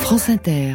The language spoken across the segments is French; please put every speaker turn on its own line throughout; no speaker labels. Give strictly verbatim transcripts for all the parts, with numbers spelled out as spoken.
France Inter.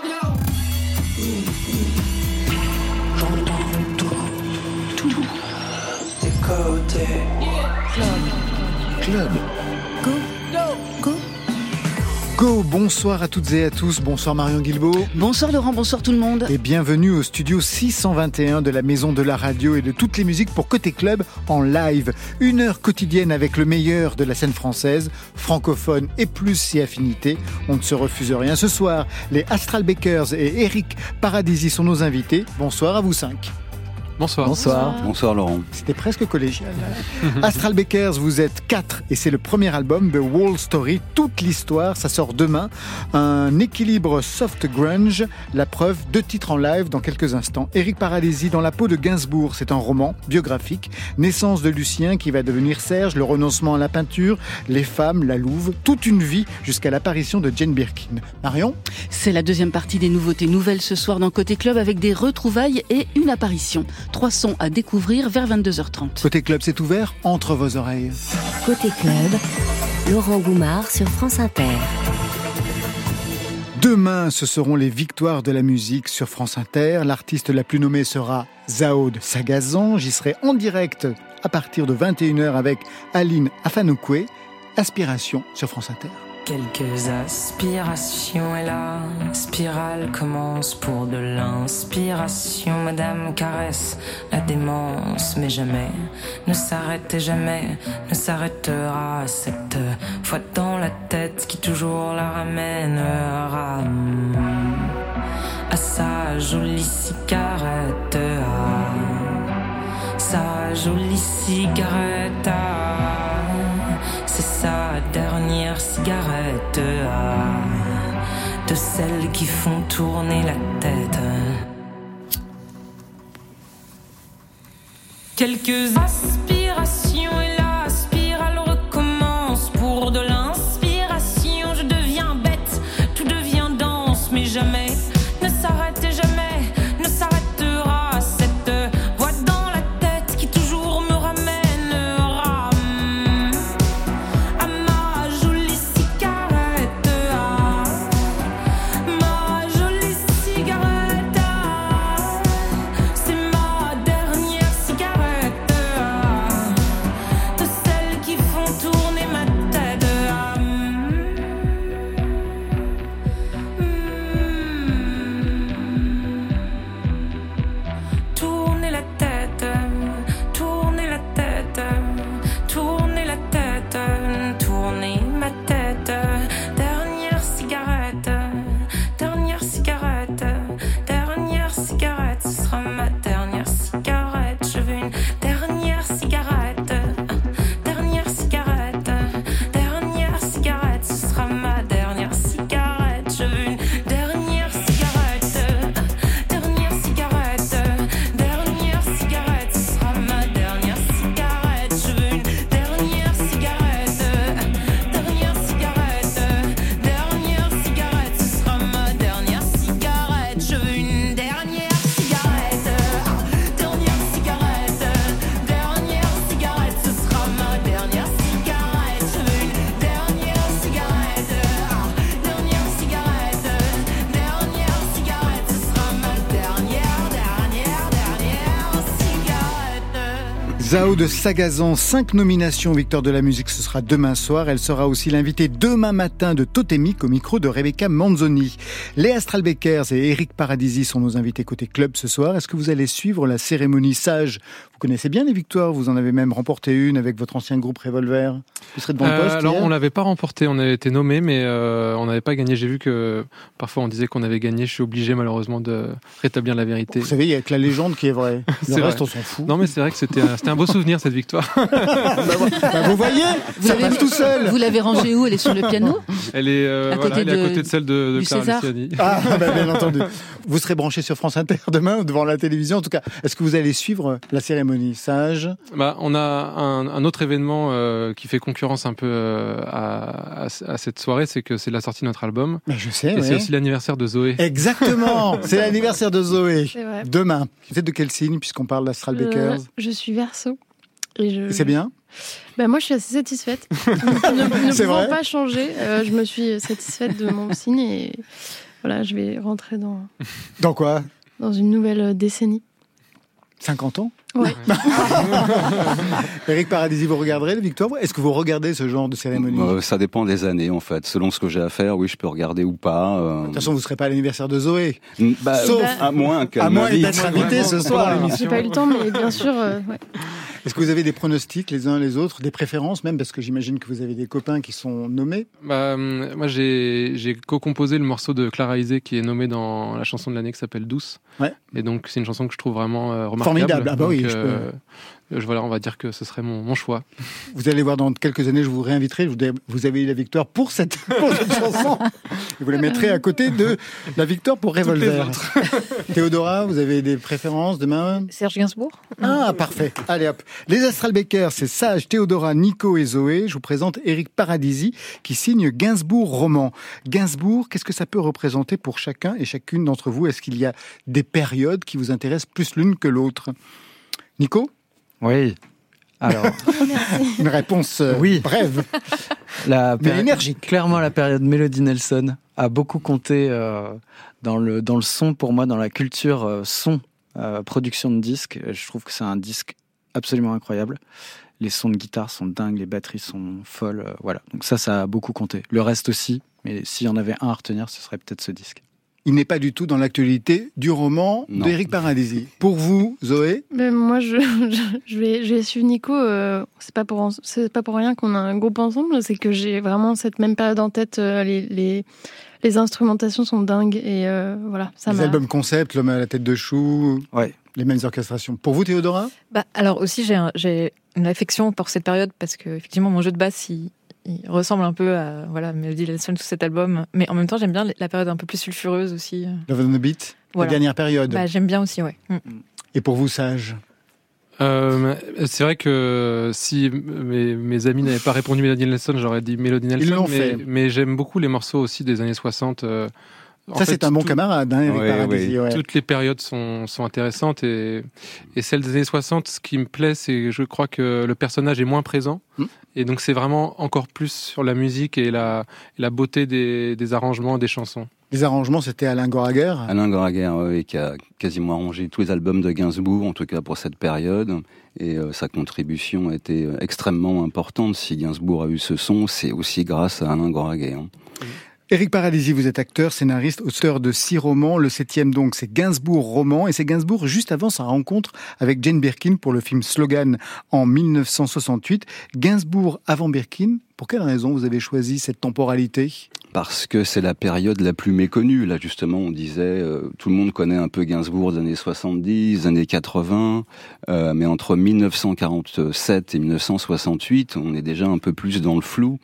J'entends tout, tout, des côtés.
Club. Club. Go. Go.
Go, bonsoir à toutes et à tous, bonsoir Marion Guilbault.
Bonsoir Laurent, bonsoir tout le monde.
Et bienvenue au studio six cent vingt et un de la Maison de la Radio et de toutes les musiques pour Côté Club en live. Une heure quotidienne avec le meilleur de la scène française, francophone et plus si affinité. On ne se refuse rien. Ce soir, les Astral Bakers et Eric Paradisi sont nos invités. Bonsoir à vous cinq.
Bonsoir.
Bonsoir.
Bonsoir. Bonsoir Laurent.
C'était presque collégial. Astral Bakers, vous êtes quatre et c'est le premier album, The Wall Story, toute l'histoire, ça sort demain. Un équilibre soft grunge, la preuve, deux titres en live dans quelques instants. Eric Paradisi dans la peau de Gainsbourg, c'est un roman biographique. Naissance de Lucien qui va devenir Serge, le renoncement à la peinture, les femmes, la louve, toute une vie jusqu'à l'apparition de Jane Birkin. Marion ?
C'est la deuxième partie des nouveautés nouvelles ce soir dans Côté Club avec des retrouvailles et une apparition. Trois sons à découvrir vers vingt-deux heures trente.
Côté Club, c'est ouvert entre vos oreilles.
Côté Club, Laurent Goumard sur France Inter.
Demain, ce seront les victoires de la musique sur France Inter. L'artiste la plus nommée sera Zao de Sagazan. J'y serai en direct à partir de vingt et une heures avec Aline Afanoukwé. Aspiration sur France Inter.
Quelques aspirations et la spirale commence pour de l'inspiration. Madame caresse la démence, mais jamais ne s'arrête et jamais ne s'arrêtera. Cette fois dans la tête qui toujours la ramènera à sa jolie cigarette, à sa jolie cigarette. C'est sa dernière cigarette, ah, de celles qui font tourner la tête. Quelques aspirations et la spirale recommence. Pour de l'inspiration, je deviens bête, tout devient danse, mais jamais ne s'arrête et jamais ne s'arrêtera. Cette voix dans la tête qui toujours me ramènera
Zao de Sagazan, cinq nominations aux Victoires de la musique, ce sera demain soir. Elle sera aussi l'invitée demain matin de Totémique au micro de Rebecca Manzoni. Les Astral Bakers et Eric Paradisi sont nos invités côté club ce soir. Est-ce que vous allez suivre la cérémonie sage ? Vous connaissez bien les victoires, vous en avez même remporté une avec votre ancien groupe Revolver. Vous serez de bon
euh,
poste
Alors
hier
on l'avait pas remporté, on avait été nommé, mais euh, on n'avait pas gagné. J'ai vu que parfois on disait qu'on avait gagné. Je suis obligé malheureusement de rétablir la vérité.
Vous savez, il y a que la légende qui est vraie. Le
c'est
reste,
vrai.
on s'en fout.
Non mais c'est vrai que c'était un, c'était un beau souvenir cette victoire.
bah, bah, vous voyez,
vous
ça passe tout seul.
Vous l'avez rangée où ? Elle est sur le piano ?
Elle est, euh,
à,
voilà,
côté
elle est
de,
à côté de celle de, de Clara
César.
Luciani.
Ah, bah, bien entendu. Vous serez branché sur France Inter demain devant la télévision. En tout cas, est-ce que vous allez suivre la cérémonie sage ?
Bah, on a un, un autre événement euh, qui fait concurrence un peu euh, à, à, à cette soirée, c'est que c'est la sortie de notre album.
Mais je sais.
Et
oui.
c'est aussi l'anniversaire de Zoé.
Exactement. C'est l'anniversaire de Zoé.
C'est vrai.
Demain. Vous êtes de quel signe puisqu'on parle d'Astral Bakers ?
Euh, je suis Verseau. Et je...
C'est bien ?
Bah moi, je suis assez satisfaite. ne ne
C'est
pouvant
vrai
pas changer, euh, je me suis satisfaite de mon signe et voilà, je vais rentrer dans,
Dans quoi ?
dans une nouvelle décennie.
cinquante ans ?
Ouais.
Éric Paradisi, vous regarderez les victoires ? Est-ce que vous regardez ce genre de cérémonie ?
Euh, ça dépend des années, en fait. Selon ce que j'ai à faire, oui, je peux regarder ou pas. Euh...
De toute façon, vous ne serez pas à l'anniversaire de Zoé.
Bah,
Sauf
à moins qu'elle
à moins
m'invite.
d'être invité ce soir à l'émission.
J'ai pas eu le temps, mais bien sûr. euh, ouais.
Est-ce que vous avez des pronostics les uns les autres, des préférences même, parce que j'imagine que vous avez des copains qui sont nommés.
Bah, hum, moi, j'ai, j'ai co-composé le morceau de Clara Isé qui est nommé dans la chanson de l'année qui s'appelle Douce.
Ouais.
Et donc, c'est une chanson que je trouve vraiment euh, remarquable.
Formidable. Ah bah
donc,
oui, je
euh, je, voilà, on va dire que ce serait mon, mon choix.
Vous allez voir dans quelques années, je vous réinviterai. Vous avez, vous avez eu la victoire pour cette, pour cette chanson. Et vous la mettrez à côté de la victoire pour Revolver. Théodora, vous avez des préférences demain ?
Serge Gainsbourg.
Ah, parfait. Allez hop. Les Astralbekers, c'est Sage, Théodora, Nico et Zoé. Je vous présente Éric Paradisi qui signe Gainsbourg roman. Gainsbourg, qu'est-ce que ça peut représenter pour chacun et chacune d'entre vous ? Est-ce qu'il y a des périodes qui vous intéressent plus l'une que l'autre ? Nico ?
Oui. Alors,
Une réponse euh,
Oui.
brève,
la
mais
péri-
énergique.
clairement, la période Melody Nelson a beaucoup compté euh, dans, le, dans le son, pour moi, dans la culture euh, son, euh, production de disques. Je trouve que c'est un disque absolument incroyable. Les sons de guitare sont dingues, les batteries sont folles. euh, voilà. Donc ça, ça a beaucoup compté. Le reste aussi, mais s'il y en avait un à retenir, ce serait peut-être ce disque.
Il n'est pas du tout dans l'actualité du roman
Non.
d'Éric Paradisi. Pour vous, Zoé ?
Mais moi, je, je, je vais, je vais suivre Nico. Euh, c'est pas pour, c'est pas pour rien qu'on a un groupe ensemble. C'est que j'ai vraiment cette même période en tête. Euh, les, les, les instrumentations sont dingues et euh, voilà, ça
Les
m'a.
albums concept, L'homme à la tête de chou,
Ouais.
les mêmes orchestrations. Pour vous, Théodora ?
Bah, alors aussi, j'ai, un- j'ai une affection pour cette période parce que effectivement, mon jeu de basse, il, il ressemble un peu à voilà, Melody Nelson, tout cet album. Mais en même temps, j'aime bien la période un peu plus sulfureuse aussi.
Love on the Beat,
Voilà.
la dernière période.
Bah, j'aime bien aussi, ouais. Mm.
Et pour vous, Sage ?
Euh, c'est vrai que si mes, mes amis n'avaient pas répondu Melody Nelson, j'aurais dit Melody Nelson.
Ils l'ont
mais,
fait.
mais j'aime beaucoup les morceaux aussi des années soixante. euh, en
Ça,
fait,
c'est un bon
tout-
camarade, hein, Éric
Ouais,
Paradisi. ouais.
Toutes les périodes sont, sont intéressantes et, et celles des années soixante, ce qui me plaît, c'est que je crois que le personnage est moins présent.
Mm.
Et donc, c'est vraiment encore plus sur la musique et la, et la beauté des, des arrangements, des chansons.
Les arrangements, c'était Alain Goraguer.
Alain Goraguer, ouais, qui a quasiment arrangé tous les albums de Gainsbourg, en tout cas pour cette période. Et euh, sa contribution a été extrêmement importante. Si Gainsbourg a eu ce son, c'est aussi grâce à Alain Goraguer. Hein.
Éric Paradisi, vous êtes acteur, scénariste, auteur de six romans. Le septième, donc, c'est Gainsbourg roman. Et c'est Gainsbourg juste avant sa rencontre avec Jane Birkin pour le film Slogan en mille neuf cent soixante-huit. Gainsbourg avant Birkin. Pour quelle raison vous avez choisi cette temporalité ?
Parce que c'est la période la plus méconnue. Là, justement, on disait, euh, tout le monde connaît un peu Gainsbourg des années soixante-dix, des années quatre-vingts, euh, mais entre mille neuf cent quarante-sept et mille neuf cent soixante-huit, on est déjà un peu plus dans le flou.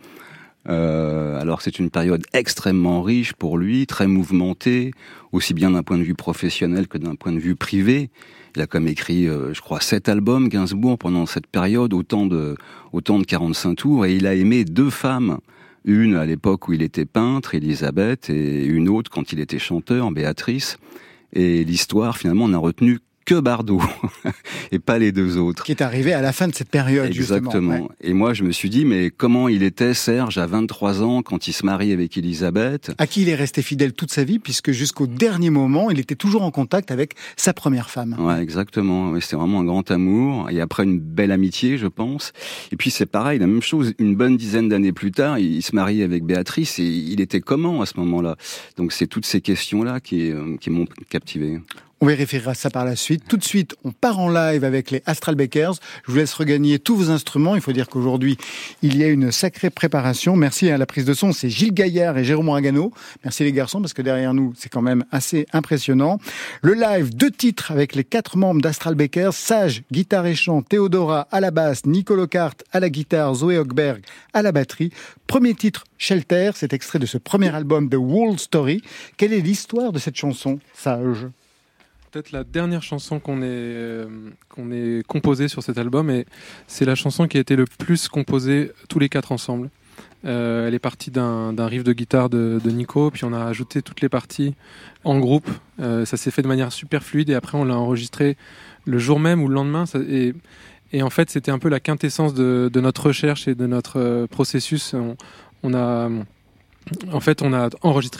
Euh, alors que c'est une période extrêmement riche pour lui, très mouvementée, aussi bien d'un point de vue professionnel que d'un point de vue privé. Il a comme écrit, euh, je crois, sept albums, Gainsbourg, pendant cette période, autant de, autant de quarante-cinq tours, et il a aimé deux femmes. Une à l'époque où il était peintre, Elisabeth, et une autre quand il était chanteur, Béatrice. Et l'histoire, finalement, n'a retenu que Bardot, et pas les deux autres.
Qui est arrivé à la fin de cette période,
Exactement.
justement. Ouais.
Et moi, je me suis dit, mais comment il était, Serge, à vingt-trois ans, quand il se marie avec Elisabeth ?
À qui il est resté fidèle toute sa vie, puisque jusqu'au dernier moment, il était toujours en contact avec sa première femme.
Ouais, exactement. Ouais, c'était vraiment un grand amour. Et après, une belle amitié, je pense. Et puis, c'est pareil, la même chose. Une bonne dizaine d'années plus tard, il se marie avec Béatrice. Et il était comment à ce moment-là ? Donc, c'est toutes ces questions-là qui, euh, qui m'ont captivé.
On vérifiera ça par la suite. Tout de suite, on part en live avec les Astralbekers. Je vous laisse regagner tous vos instruments. Il faut dire qu'aujourd'hui, il y a une sacrée préparation. Merci à la prise de son, c'est Gilles Gaillard et Jérôme Ragano. Merci les garçons, parce que derrière nous, c'est quand même assez impressionnant. Le live, deux titres avec les quatre membres d'Astralbekers. Sage, guitare et chant, Théodora à la basse, Nico Lockhart à la guitare, Zoé Hochberg à la batterie. Premier titre, Shelter, c'est extrait de ce premier album, The Whole Story. Quelle est l'histoire de cette chanson, Sage ?
Peut-être la dernière chanson qu'on ait, euh, qu'on ait composée sur cet album, et c'est la chanson qui a été le plus composée tous les quatre ensemble. Euh, elle est partie d'un, d'un riff de guitare de, de Nico, puis on a ajouté toutes les parties en groupe. Euh, ça s'est fait de manière super fluide, et après on l'a enregistré le jour même ou le lendemain. Ça, et, et en fait, c'était un peu la quintessence de, de notre recherche et de notre euh, processus. On, on a, en fait, on a enregistré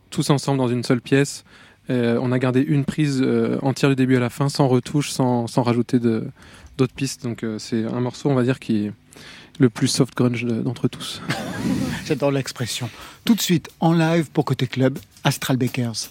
tous ensemble dans une seule pièce. Euh, on a gardé une prise euh, entière du début à la fin, sans retouche, sans, sans rajouter de, d'autres pistes. Donc euh, c'est un morceau, on va dire, qui est le plus soft grunge de, d'entre tous.
J'adore l'expression. Tout de suite, en live pour Côté Club, Astral Bakers.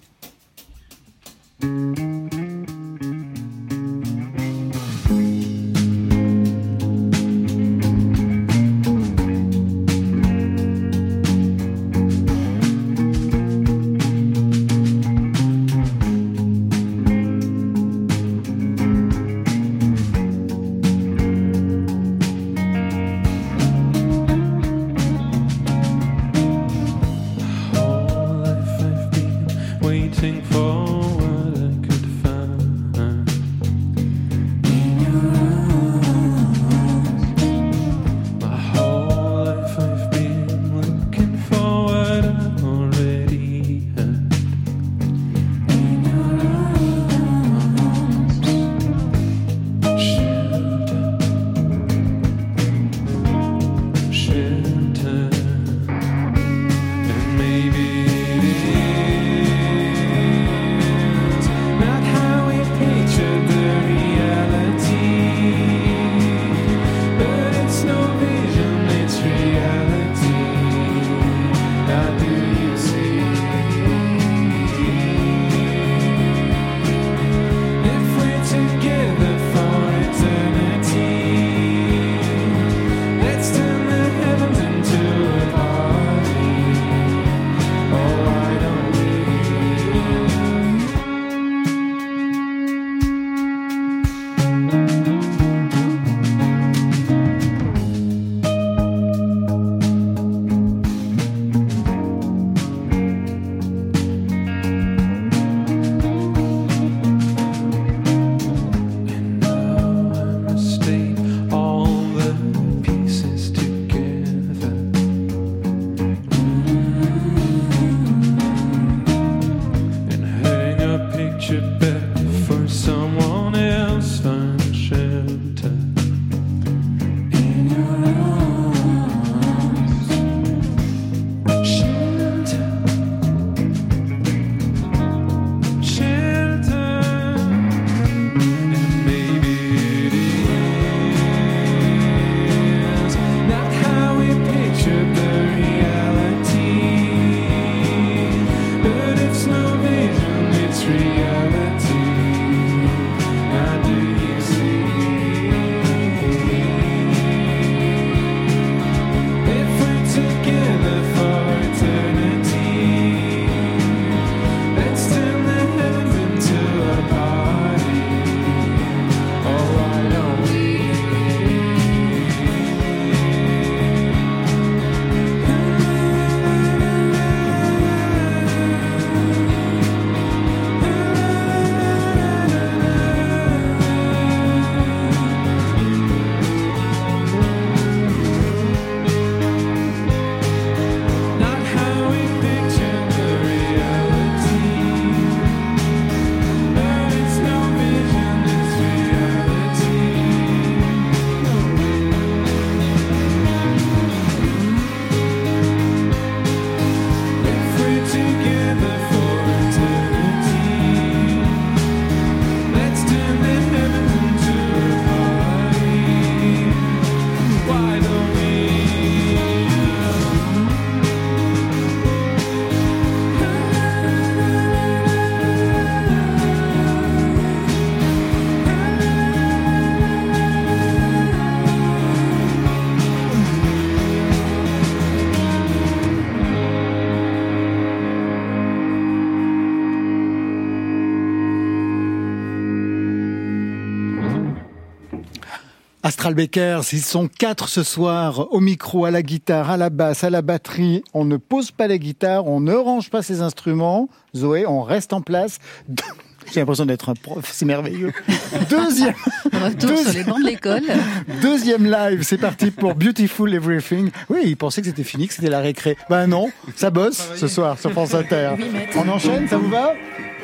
Astral Bakers, ils sont quatre ce soir, au micro, à la guitare, à la basse, à la batterie. On ne pose pas les guitares, on ne range pas ses instruments. Zoé, on reste en place. J'ai l'impression d'être un prof, c'est merveilleux. Deuxième,
Retour deuxième, sur les bancs de l'école.
Deuxième live, c'est parti pour Beautiful Everything. Oui, ils pensaient que c'était fini, que c'était la récré. Ben non, ça bosse ce soir sur France Inter. On enchaîne, ça vous va?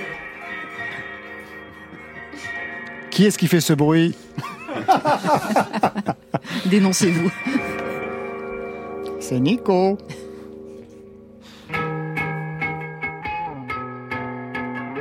Qui est-ce qui fait ce bruit?
Dénoncez-vous.
C'est Nico.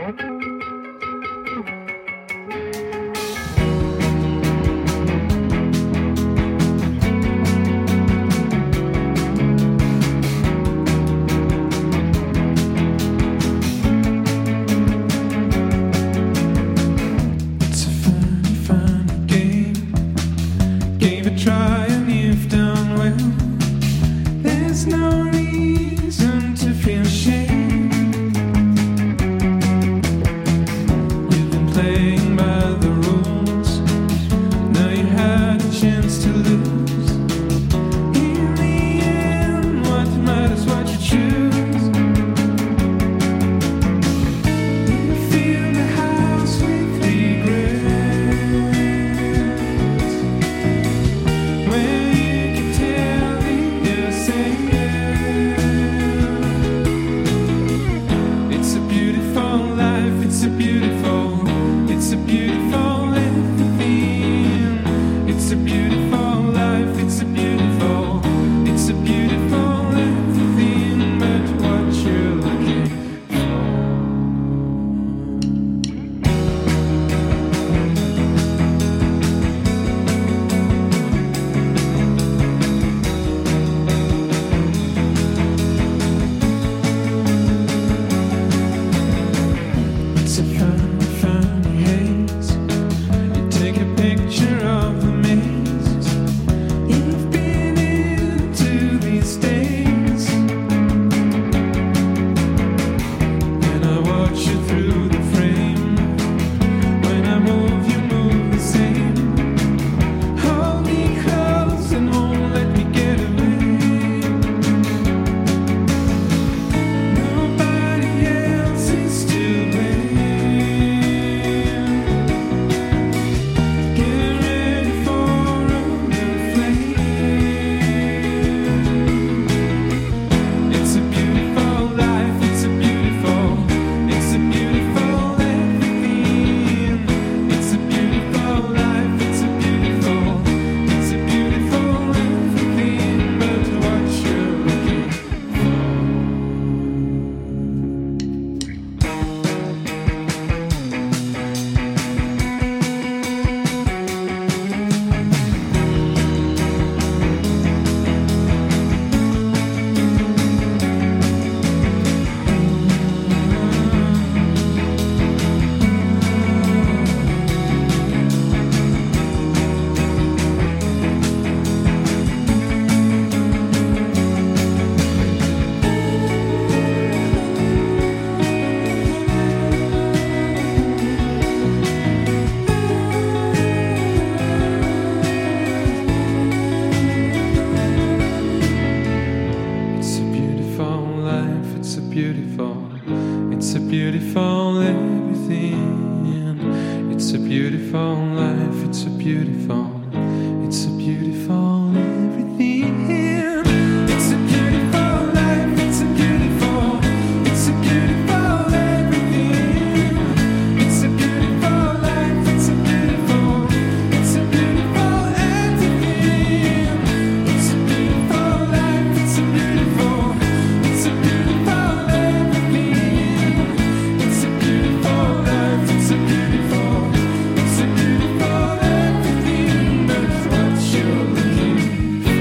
beautiful everything. It's a beautiful life. It's a beautiful. It's a beautiful everything. It's a beautiful life. It's a beautiful. It's a beautiful everything. It's a beautiful life. It's a beautiful. It's a beautiful everything. It's a beautiful life. It's a beautiful. It's a beautiful everything. It's a beautiful life. It's a beautiful. It's a beautiful everything. That's what you're looking for.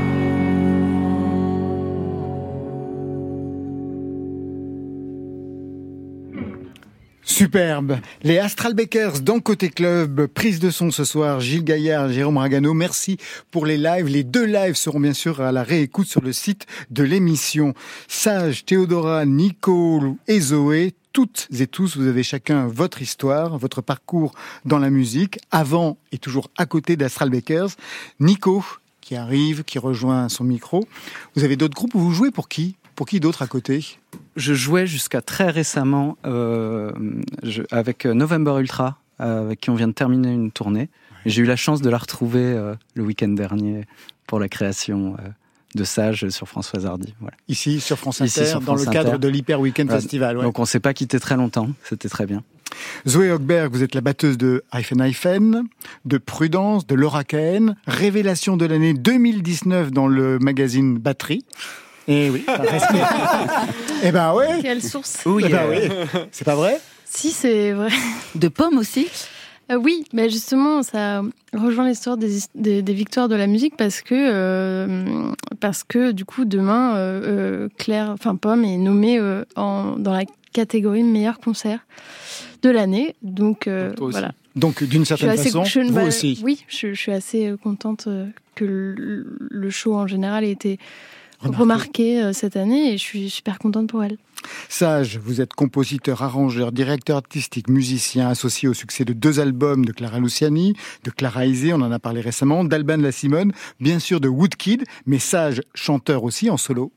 Superbe. Les Astral Bakers dans Côté Club, prise de son ce soir, Gilles Gaillard, Jérôme Ragano. Merci pour les lives. Les deux lives seront bien sûr à la réécoute sur le site de l'émission. Sage, Théodora, Nico et Zoé, toutes et tous, vous avez chacun votre histoire, votre parcours dans la musique, avant et toujours à côté d'Astral Bakers. Nico, qui arrive, qui rejoint son micro. Vous avez d'autres groupes où vous jouez pour qui ? Pour qui d'autre à côté ?
Je jouais jusqu'à très récemment euh, je, avec November Ultra, euh, avec qui on vient de terminer une tournée. Et j'ai eu la chance de la retrouver euh, le week-end dernier pour la création euh, de Sage sur Françoise Hardy. Voilà.
Ici, sur France Inter,
Ici, sur
dans
France
le cadre
Inter.
de l'Hyper Weekend
Voilà.
Festival. Ouais.
Donc on ne s'est pas quitté très longtemps, c'était très bien.
Zoé Hochberg, vous êtes la batteuse de Hyphen Hyphen, de Prudence, de Laura Cahen, révélation de l'année deux mille dix-neuf dans le magazine Batterie. Eh oui, ça respect. Eh ben ouais.
Quelle source.
Oh
Eh
yeah.
ben oui. C'est pas vrai ?
Si, c'est vrai.
De pommes aussi.
Euh, oui, mais justement, ça rejoint l'histoire des, des, des victoires de la musique parce que, euh, parce que du coup, demain, euh, euh, Claire, enfin Pomme, est nommée euh, en, dans la catégorie meilleur concert de l'année. Donc, euh,
Donc
voilà.
Donc, d'une certaine
assez,
façon,
je,
vous
bah,
aussi.
Oui, je, je suis assez euh, contente euh, que le, le show en général ait été
Remarqué.
remarqué euh, cette année et je suis super contente pour elle.
Sage, vous êtes compositeur, arrangeur, directeur artistique, musicien, associé au succès de deux albums de Clara Luciani, de Clara Isé, on en a parlé récemment, d'Alban La Simone, bien sûr de Woodkid, mais Sage, chanteur aussi en solo.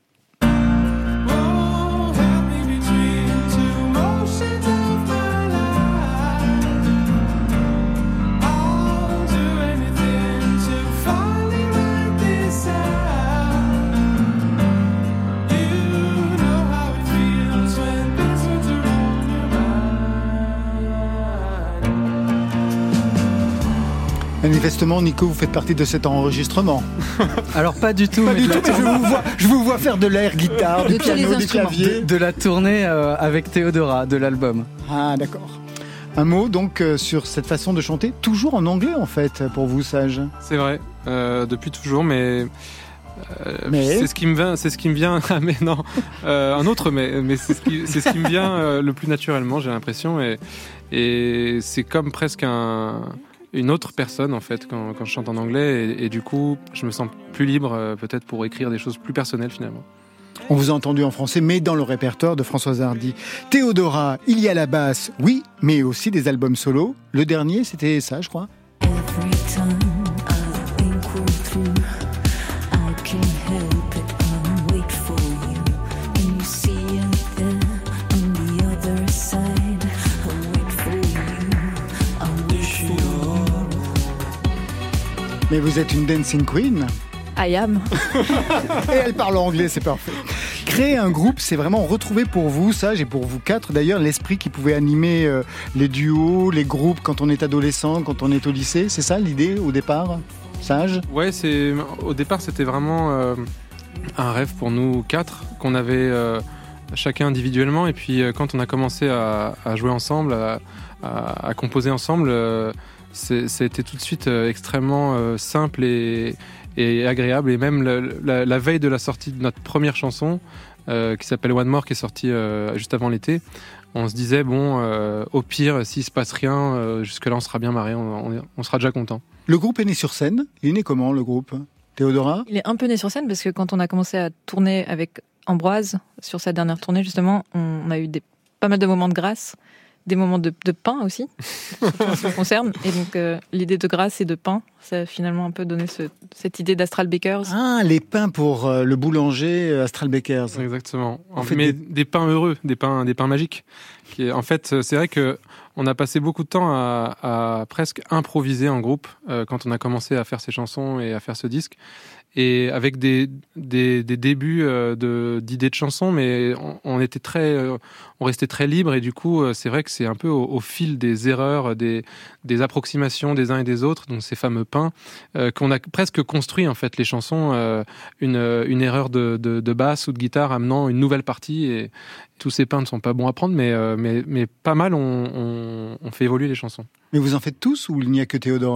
Manifestement, Nico, vous faites partie de cet enregistrement.
Alors pas du tout.
Pas
mais
du
de
tout,
la
mais je vous vois, je vous vois faire de l'air guitare, du
De tous les
piano, du
instruments.
clavier.
de, de la tournée euh, avec Théodora de l'album.
Ah, d'accord. Un mot donc euh, sur cette façon de chanter, toujours en anglais en fait, pour vous, Sage.
C'est vrai, euh, depuis toujours, mais, euh,
Mais
c'est ce qui me vient, c'est ce qui me vient. Ah, mais non, euh, un autre, mais mais c'est ce qui, c'est ce qui me vient euh, le plus naturellement, j'ai l'impression, et et c'est comme presque un une autre personne en fait quand, quand je chante en anglais, et, et du coup, je me sens plus libre euh, peut-être pour écrire des choses plus personnelles finalement.
On vous a entendu en français, mais dans le répertoire de Françoise Hardy. Théodora, il y a la basse, oui, mais aussi des albums solo. Le dernier, c'était ça, je crois.
Every time I think we're through, I can't help it, I wait for you. And you see it there on the other side. I wait for you, I wait for you.
Mais vous êtes une dancing queen.
I am.
Et elle parle anglais, c'est parfait. Créer un groupe, c'est vraiment retrouver pour vous, Sage, et pour vous quatre d'ailleurs, l'esprit qui pouvait animer euh, les duos, les groupes quand on est adolescent, quand on est au lycée. C'est ça l'idée au départ, Sage ?
Ouais, c'est au départ c'était vraiment euh, un rêve pour nous quatre qu'on avait euh, chacun individuellement, et puis euh, quand on a commencé à, à jouer ensemble, à, à, à composer ensemble, euh, c'est, c'était tout de suite euh, extrêmement euh, simple et et agréable, et même la, la, la veille de la sortie de notre première chanson euh, qui s'appelle One More, qui est sortie euh, juste avant l'été, on se disait bon euh, au pire s'il se passe rien euh, jusque là on sera bien marré, on, on, on sera déjà content.
Le groupe est né sur scène. Il est né comment le groupe ? Théodora ?
Il est un peu né sur scène parce que quand on a commencé à tourner avec Ambroise, sur sa dernière tournée justement, on a eu des, pas mal de moments de grâce, des moments de, de pain aussi, en ce qui concerne. Et donc, euh, l'idée de grâce et de pain, ça a finalement un peu donné ce, cette idée d'Astral Bakers.
Ah, les pains pour euh, le boulanger euh, Astral Bakers.
Exactement.
En
En
fait,
mais
des-
des... pains heureux, des pains, des pains magiques. Qui est... En fait, c'est vrai que on a passé beaucoup de temps à, à presque improviser en groupe euh, quand on a commencé à faire ces chansons et à faire ce disque. Et avec des, des, des débuts euh, de, d'idées de chansons, mais on, on était très, euh, on restait très libre, et du coup, euh, c'est vrai que c'est un peu au, au fil des erreurs, des, des approximations des uns et des autres, donc ces fameux pains, euh, qu'on a presque construit en fait les chansons, euh, une, une erreur de, de, de basse ou de guitare amenant une nouvelle partie, et tous ces pains ne sont pas bons à prendre, mais, euh, mais, mais pas mal, on, on, on fait évoluer les chansons.
Mais vous en faites tous ou il n'y a que Théodora ?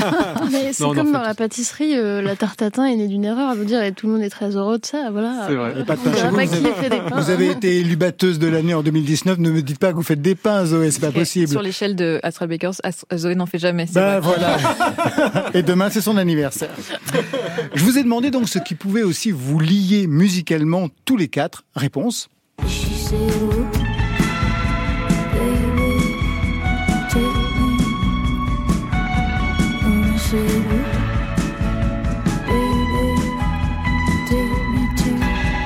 Mais c'est
Non, on en
comme
fait
dans
tous.
la pâtisserie, euh, la tarte tatin est née d'une erreur, je veux dire, et tout le monde est très heureux de ça, voilà.
C'est vrai.
Et pas de
On
pain
dirait
chez vous,
pas
vous
qui
avez-
a fait des pains.
Vous avez été élue batteuse de l'année en deux mille dix-neuf. Ne me dites pas que vous faites des pains, Zoé, c'est pas
Et
possible.
sur l'échelle de Astral Bakers, Ast- Zoé n'en fait jamais. c'est
Ben
vrai.
voilà. Et demain, c'est son anniversaire. Je vous ai demandé donc ce qui pouvait aussi vous lier musicalement tous les quatre. Réponse.
She said, "Oh, baby, take me." And I said, "Oh, baby, take me too."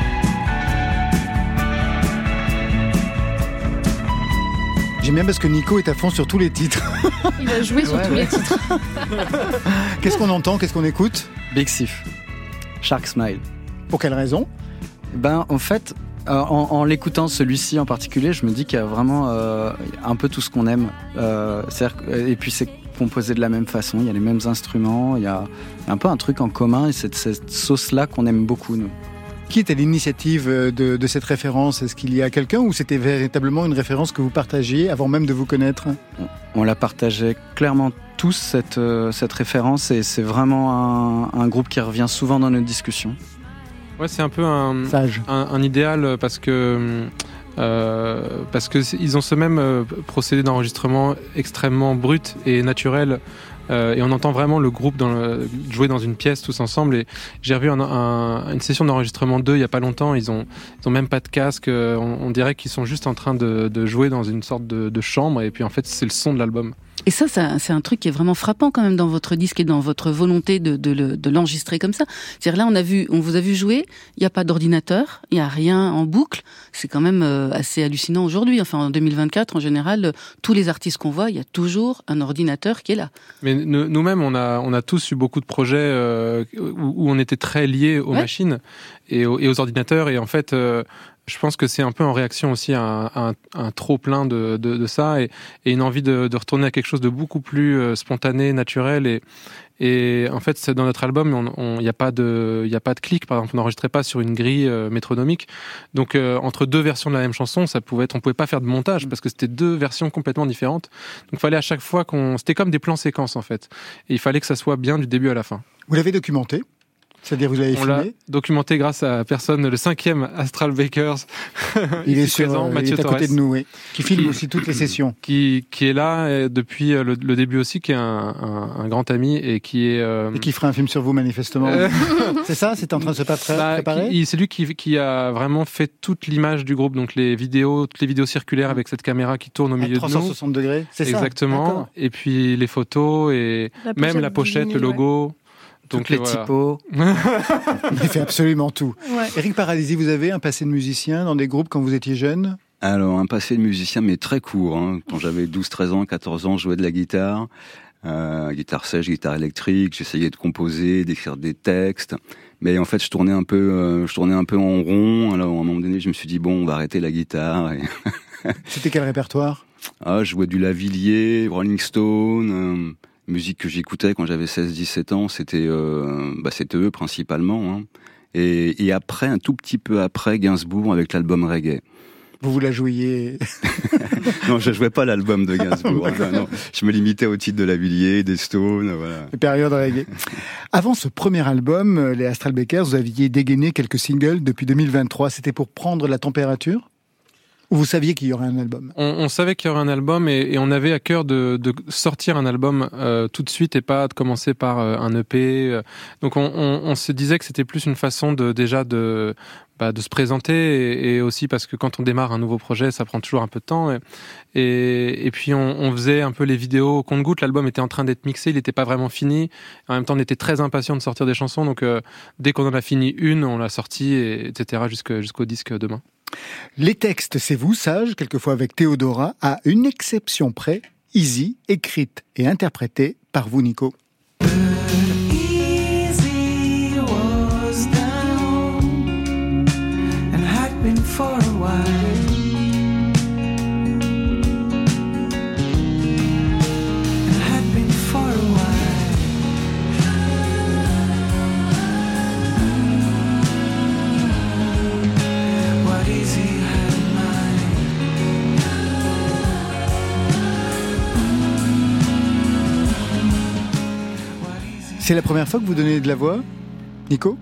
J'aime bien parce que Nico est à fond sur tous les titres.
Il a joué sur
Ouais,
tous
ouais.
les titres.
Qu'est-ce qu'on entend ? Qu'est-ce qu'on écoute ?
Big Sif. Shark Smile.
Pour quelle raison ?
Ben, en fait, euh, en, en l'écoutant celui-ci en particulier, je me dis qu'il y a vraiment euh, un peu tout ce qu'on aime. Euh, c'est-à-dire que- et puis c'est composé de la même façon, il y a les mêmes instruments, il y a un peu un truc en commun, et c'est cette sauce-là qu'on aime beaucoup, nous.
Qui est à l'initiative de, de cette référence? Est-ce qu'il y a quelqu'un ou c'était véritablement une référence que vous partagiez avant même de vous connaître?
On, on la partageait clairement tous, cette, euh, cette référence, et c'est vraiment un, un groupe qui revient souvent dans nos discussions.
Ouais, c'est un peu un,
Sage.
un, un idéal parce que euh, parce que ils ont ce même euh, procédé d'enregistrement extrêmement brut et naturel. Euh, et on entend vraiment le groupe dans le, jouer dans une pièce tous ensemble. Et j'ai revu un, un, une session d'enregistrement d'eux il y a pas longtemps. Ils ont, ils ont même pas de casque. On, on dirait qu'ils sont juste en train de, de jouer dans une sorte de, de chambre. Et puis en fait, c'est le son de l'album.
Et ça, ça, c'est un truc qui est vraiment frappant quand même dans votre disque et dans votre volonté de, de, le, de l'enregistrer comme ça. C'est-à-dire là, on a vu, on vous a vu jouer. Il n'y a pas d'ordinateur, il n'y a rien en boucle. C'est quand même euh, assez hallucinant aujourd'hui. Enfin, en deux mille vingt-quatre, en général, euh, tous les artistes qu'on voit, il y a toujours un ordinateur qui est là.
Mais nous, nous-mêmes, on a, on a tous eu beaucoup de projets euh, où, où on était très liés aux
Ouais.
machines et aux, et aux ordinateurs. Et en fait, euh, je pense que c'est un peu en réaction aussi à un, à un, un trop plein de, de, de ça et, et une envie de, de retourner à quelque chose de beaucoup plus euh, spontané, naturel. Et, et en fait, c'est dans notre album, il n'y a pas de, il y a pas de clic. Par exemple, on n'enregistrait pas sur une grille euh, métronomique. Donc, euh, entre deux versions de la même chanson, ça pouvait être, on pouvait pas faire de montage parce que c'était deux versions complètement différentes. Donc, il fallait à chaque fois qu'on, c'était comme des plans séquences en fait. Et il fallait que ça soit bien du début à la fin.
Vous l'avez documenté? C'est-à-dire vous l'avez
On l'a
filmé?
documenté grâce à personne, le cinquième Astral Bakers.
Il est,
ici
sur,
présent,
il
Mathieu
est à côté
Torres,
de nous, oui. Qui filme
Qui-
aussi toutes les sessions.
qui qui est là euh, depuis euh, le, le début aussi, qui est un, un, un grand ami et qui est euh,
Et qui fera un film sur vous, manifestement.
Euh,
C'est ça? C'est en train de se pré-
bah,
préparer?
qui- il- c'est lui qui, qui a vraiment fait toute l'image du groupe, donc les vidéos, toutes les vidéos circulaires avec cette caméra qui tourne au
À
milieu de
trois cent
nous.
soixante degrés? C'est ça?
Exactement.
D'accord.
Et puis les photos et
La
même
pochette
la
du
pochette, le
vinyle,
logo.
Toutes les
voilà.
typos.
Il fait absolument tout.
Ouais.
Éric Paradisi, vous avez un passé de musicien dans des groupes quand vous étiez jeune?
Alors, un passé de musicien, mais très court. Hein. Quand j'avais douze, treize ans, quatorze ans, je jouais de la guitare. Euh, guitare sèche, guitare électrique. J'essayais de composer, d'écrire des textes. Mais en fait, je tournais un peu, euh, je tournais un peu en rond. Alors, à un moment donné, je me suis dit, bon, on va arrêter la guitare. Et
C'était quel répertoire?
ah, je jouais du Lavilliers, Rolling Stone, euh, musique que j'écoutais quand j'avais seize dix-sept ans, c'était euh, bah, c'était eux principalement. Hein. Et, et après, un tout petit peu après, Gainsbourg avec l'album Reggae.
Vous vous la jouiez?
Non, je jouais pas l'album de Gainsbourg. Hein, non, je me limitais au titre de Lavilliers, des Stones, voilà.
Période reggae. Avant ce premier album, euh, les Astral Bakers, vous aviez dégainé quelques singles depuis deux mille vingt-trois. C'était pour prendre la température? Ou vous saviez qu'il y aurait un album?
On, on savait qu'il y aurait un album et, et on avait à cœur de, de sortir un album euh, tout de suite et pas de commencer par euh, un E P. euh. Donc on, on, on se disait que c'était plus une façon de déjà de bah, de se présenter et, et aussi parce que quand on démarre un nouveau projet, ça prend toujours un peu de temps. Et, et, et puis on, on faisait un peu les vidéos au compte-gouttes. L'album était en train d'être mixé, il n'était pas vraiment fini. En même temps, on était très impatient de sortir des chansons. Donc euh, dès qu'on en a fini une, on l'a sortie, et, etc. jusqu'au jusqu'au disque demain.
Les textes, c'est vous, Sage, quelquefois avec Théodora, à une exception près, Easy, écrite et interprétée par vous, Nico.
Easy was down and had been for a while. And had been for a while. What easy had in mind.
C'est la première fois que vous donnez de la voix, Nico?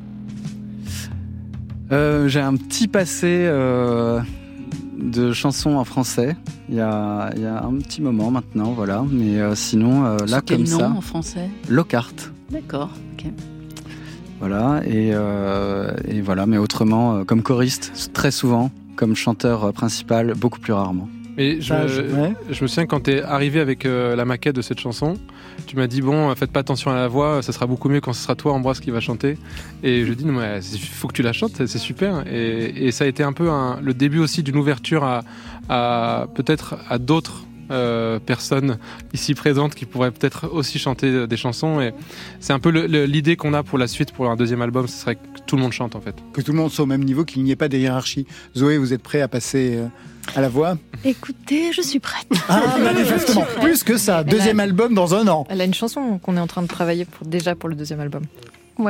Euh, j'ai un petit passé euh, de chansons en français. Il y a, il y a un petit moment maintenant, voilà. Mais euh, sinon, euh, là,
Sous quel
comme
nom
ça,
en français?
Lockhart.
D'accord, ok.
Voilà, et, euh, et voilà, mais autrement, euh, comme choriste, très souvent, comme chanteur euh, principal, beaucoup plus rarement.
Mais je,
Sage,
me,
ouais.
je me souviens quand t'es arrivé avec euh, la maquette de cette chanson, tu m'as dit bon, faites pas attention à la voix, ça sera beaucoup mieux quand ce sera toi, Ambroise, qui va chanter. Et je dis non, mais il faut que tu la chantes, c'est super. Et, et ça a été un peu un, le début aussi d'une ouverture à, à peut-être à d'autres euh, personnes ici présentes qui pourraient peut-être aussi chanter des chansons. Et c'est un peu le, le, l'idée qu'on a pour la suite, pour un deuxième album, ce serait que tout le monde chante en fait.
Que tout le monde soit au même niveau, qu'il n'y ait pas de hiérarchie. Zoé, vous êtes prêt à passer euh, à la voix?
Écoutez, je suis prête.
Ah, manifestement, plus que ça. Deuxième album dans un an.
Elle a une chanson qu'on est en train de travailler pour, déjà pour le deuxième album.
Ouais.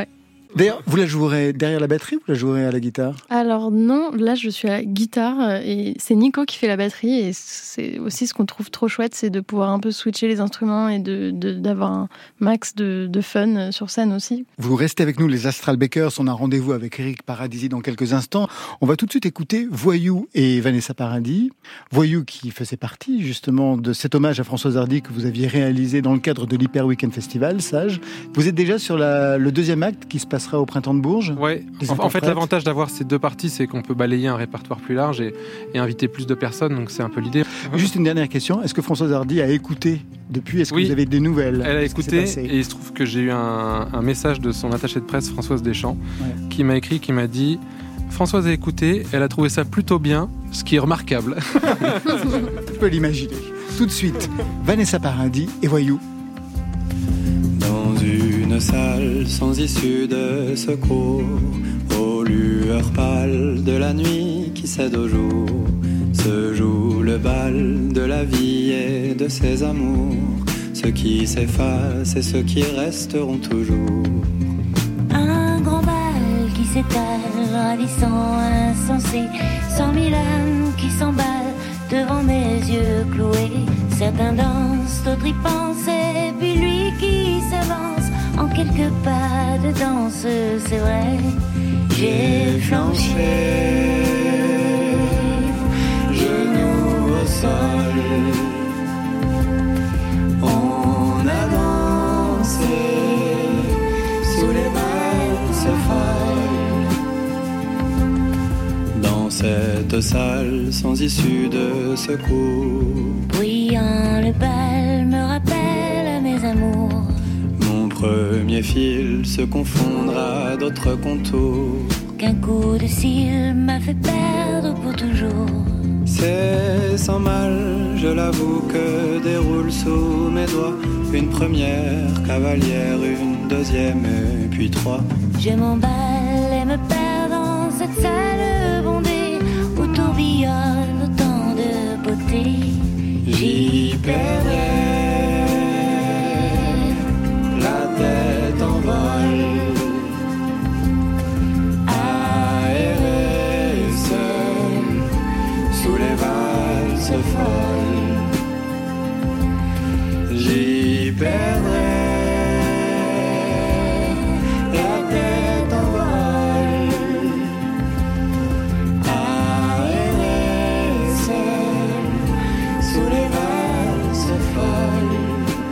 D'ailleurs, vous la jouerez derrière la batterie ou vous la jouerez à la guitare ?
Alors non, là je suis à la guitare et c'est Nico qui fait la batterie et c'est aussi ce qu'on trouve trop chouette, c'est de pouvoir un peu switcher les instruments et de, de, d'avoir un max de, de fun sur scène aussi.
Vous restez avec nous les Astral Bakers, on a rendez-vous avec Eric Paradisi dans quelques instants. On va tout de suite écouter Voyou et Vanessa Paradis. Voyou qui faisait partie justement de cet hommage à Françoise Hardy que vous aviez réalisé dans le cadre de l'Hyper Weekend Festival, Sage. Vous êtes déjà sur la, le deuxième acte qui se passe sera au Printemps de Bourges.
Ouais. En, en fait, l'avantage d'avoir ces deux parties, c'est qu'on peut balayer un répertoire plus large et, et inviter plus de personnes. Donc c'est un peu l'idée.
Juste une dernière question. Est-ce que Françoise Hardy a écouté depuis ? Est-ce que
oui,
vous avez des nouvelles ?
Elle a écouté et il se trouve que j'ai eu un, un message de son attachée de presse, Françoise Deschamps, ouais. qui m'a écrit, qui m'a dit Françoise a écouté, elle a trouvé ça plutôt bien, ce qui est remarquable.
Je peux l'imaginer. Tout de suite, Vanessa Paradis et Voyou.
Dans une salle sans issue de secours, aux lueurs pâles de la nuit qui cède au jour, se joue le bal de la vie et de ses amours, ceux qui s'effacent et ceux qui resteront toujours.
Un grand bal qui s'étale, ravissant, insensé, cent mille âmes qui s'emballent devant mes yeux cloués. Certains dansent, d'autres y pensent, et puis lui qui s'avance en quelques pas de danse, c'est vrai. J'ai flanché,
genoux au sol, on a dansé sous les valses folles. Dans cette salle sans issue de secours,
bruyant le bal me rappelle à mes amours.
Mon premier fil se confondra d'autres contours,
qu'un coup de cils m'a fait perdre pour toujours.
C'est sans mal, je l'avoue, que déroule sous mes doigts une première cavalière, une deuxième et puis trois.
Je m'emballe et me perds dans cette salle bondée où tourbillonne autant de beauté.
J'y perdrai la tête en vol, aérée seule sous les valses folles. J'y perdrai la tête en vol, aérée seule sous les valses folles.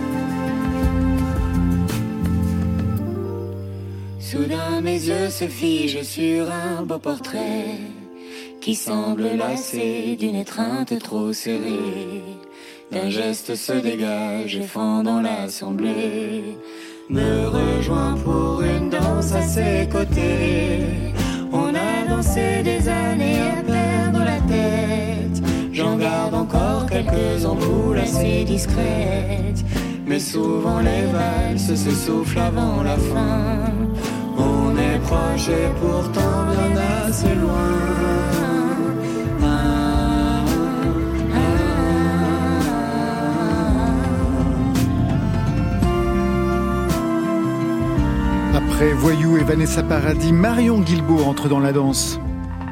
Soudain mes yeux se figent sur un beau portrait qui semble lassé d'une étreinte trop serrée. D'un geste se dégage et fend dans l'assemblée, me rejoint pour une danse à ses côtés. On a dansé des années à perdre la tête, j'en garde encore quelques ampoules assez discrètes, mais souvent les valses s'essoufflent avant la fin. On est proche et pourtant bien assez loin.
Après Voyou et Vanessa Paradis, Marion Guilbault entre dans la danse.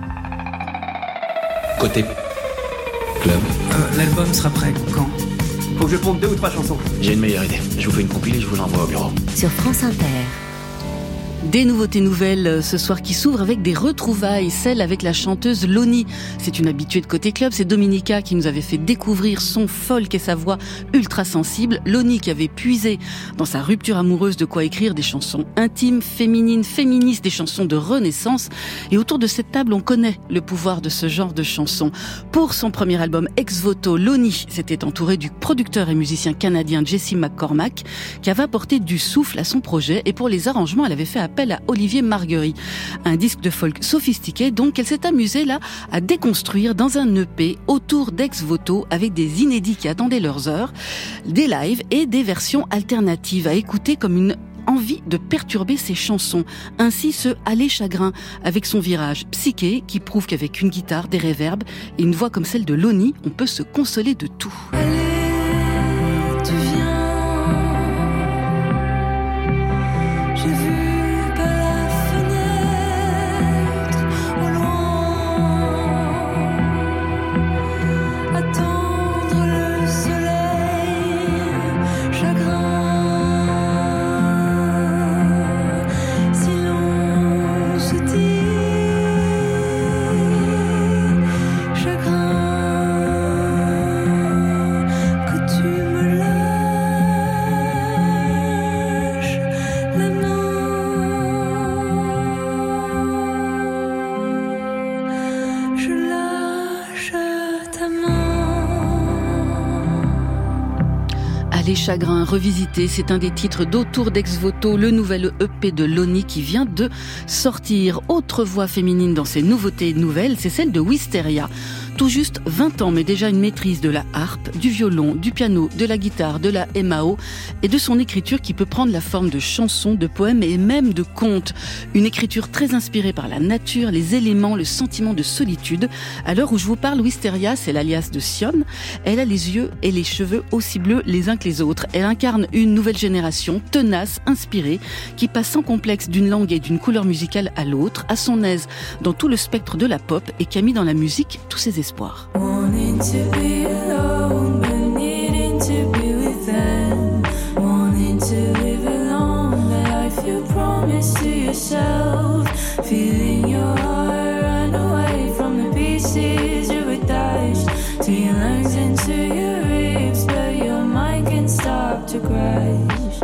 Côté club.
Euh, l'album sera prêt quand ?
Faut que je ponde deux ou trois chansons. J'ai une meilleure idée. Je vous fais une compile et je vous l'envoie au bureau.
Sur France Inter.
Des nouveautés nouvelles ce soir qui s'ouvrent avec des retrouvailles, celle avec la chanteuse Loni. C'est une habituée de Côté Club, c'est Dominica qui nous avait fait découvrir son folk et sa voix ultra sensible. Loni qui avait puisé dans sa rupture amoureuse de quoi écrire des chansons intimes, féminines, féministes, des chansons de renaissance. Et autour de cette table, on connaît le pouvoir de ce genre de chansons. Pour son premier album Ex Voto, Loni s'était entourée du producteur et musicien canadien Jesse McCormack qui avait apporté du souffle à son projet, et pour les arrangements, elle avait fait appel à Olivier Marguery. Un disque de folk sophistiqué, donc elle s'est amusée là à déconstruire dans un E P autour d'Ex Voto avec des inédits qui attendaient leurs heures, des lives et des versions alternatives à écouter comme une envie de perturber ses chansons. Ainsi ce Aller Chagrin avec son virage psyché qui prouve qu'avec une guitare, des réverbes et une voix comme celle de Loni, on peut se consoler de tout.
Allez, tu viens, j'ai vu pas la
Les chagrins revisités, c'est un des titres d'Autour d'Ex Voto, le nouvel E P de Loni qui vient de sortir. Autre voix féminine dans ces nouveautés nouvelles, c'est celle de Wisteria. Tout juste vingt ans, mais déjà une maîtrise de la harpe, du violon, du piano, de la guitare, de la M A O et de son écriture qui peut prendre la forme de chansons, de poèmes et même de contes. Une écriture très inspirée par la nature, les éléments, le sentiment de solitude. À l'heure où je vous parle, Wisteria, c'est l'alias de Sion. Elle a les yeux et les cheveux aussi bleus les uns que les autres. Elle incarne une nouvelle génération, tenace, inspirée, qui passe sans complexe d'une langue et d'une couleur musicale à l'autre, à son aise dans tout le spectre de la pop et qui a mis dans la musique tous ses espoirs.
Wanting to be alone, but needing to be with them. Wanting to live alone, the life you promised to yourself. Feeling your heart run away from the pieces you attached to your lungs and to your ribs, but your mind can't stop to crash.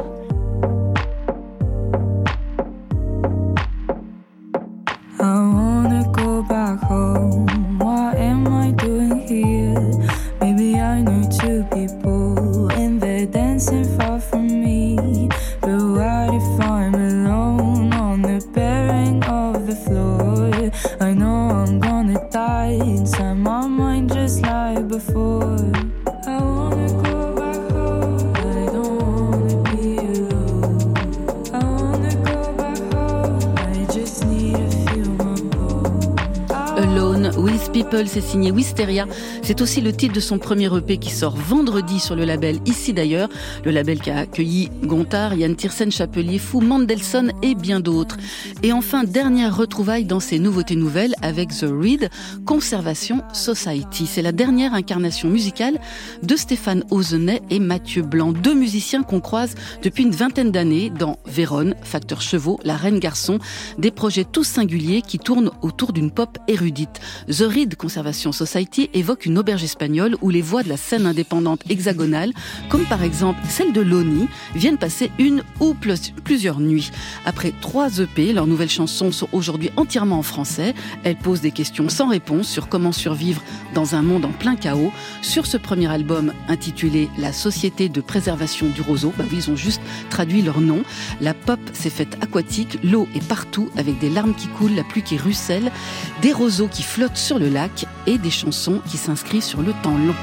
I wanna go back home. What am I doing here? Maybe I know two people and they're dancing far from me. But what if I'm alone on the bearing of the floor? I know I'm gonna die inside my mind just like before. I wanna go back home. I don't wanna be alone. I wanna go back home. I just need to feel my bones.
Alone with People, c'est signé Wisteria. C'est aussi le titre de son premier E P qui sort vendredi sur le label Ici d'ailleurs, le label qui a accueilli Gontard, Yann Tiersen, Chapelier Fou, Mandelson et bien d'autres. Et enfin, dernière retrouvaille dans ces nouveautés nouvelles avec The Reed, Conservation Society. C'est la dernière incarnation musicale de Stéphane Auzenet et Mathieu Blanc, deux musiciens qu'on croise depuis une vingtaine d'années dans Vérone, Facteur Chevaux, La Reine Garçon, des projets tous singuliers qui tournent autour d'une pop érudite. The Reed Conservation Society évoque une auberge espagnole où les voix de la scène indépendante hexagonale, comme par exemple celle de Loni, viennent passer une ou plus, plusieurs nuits. Après trois E P, leurs nouvelles chansons sont aujourd'hui entièrement en français. Elles posent des questions sans réponse sur comment survivre dans un monde en plein chaos. Sur ce premier album intitulé La Société de Préservation du Roseau, bah oui, ils ont juste traduit leur nom. La pop s'est faite aquatique, l'eau est partout avec des larmes qui coulent, la pluie qui ruisselle, des roseaux qui flottent sur le lac et des chansons qui s'inscrivent sur le temps long.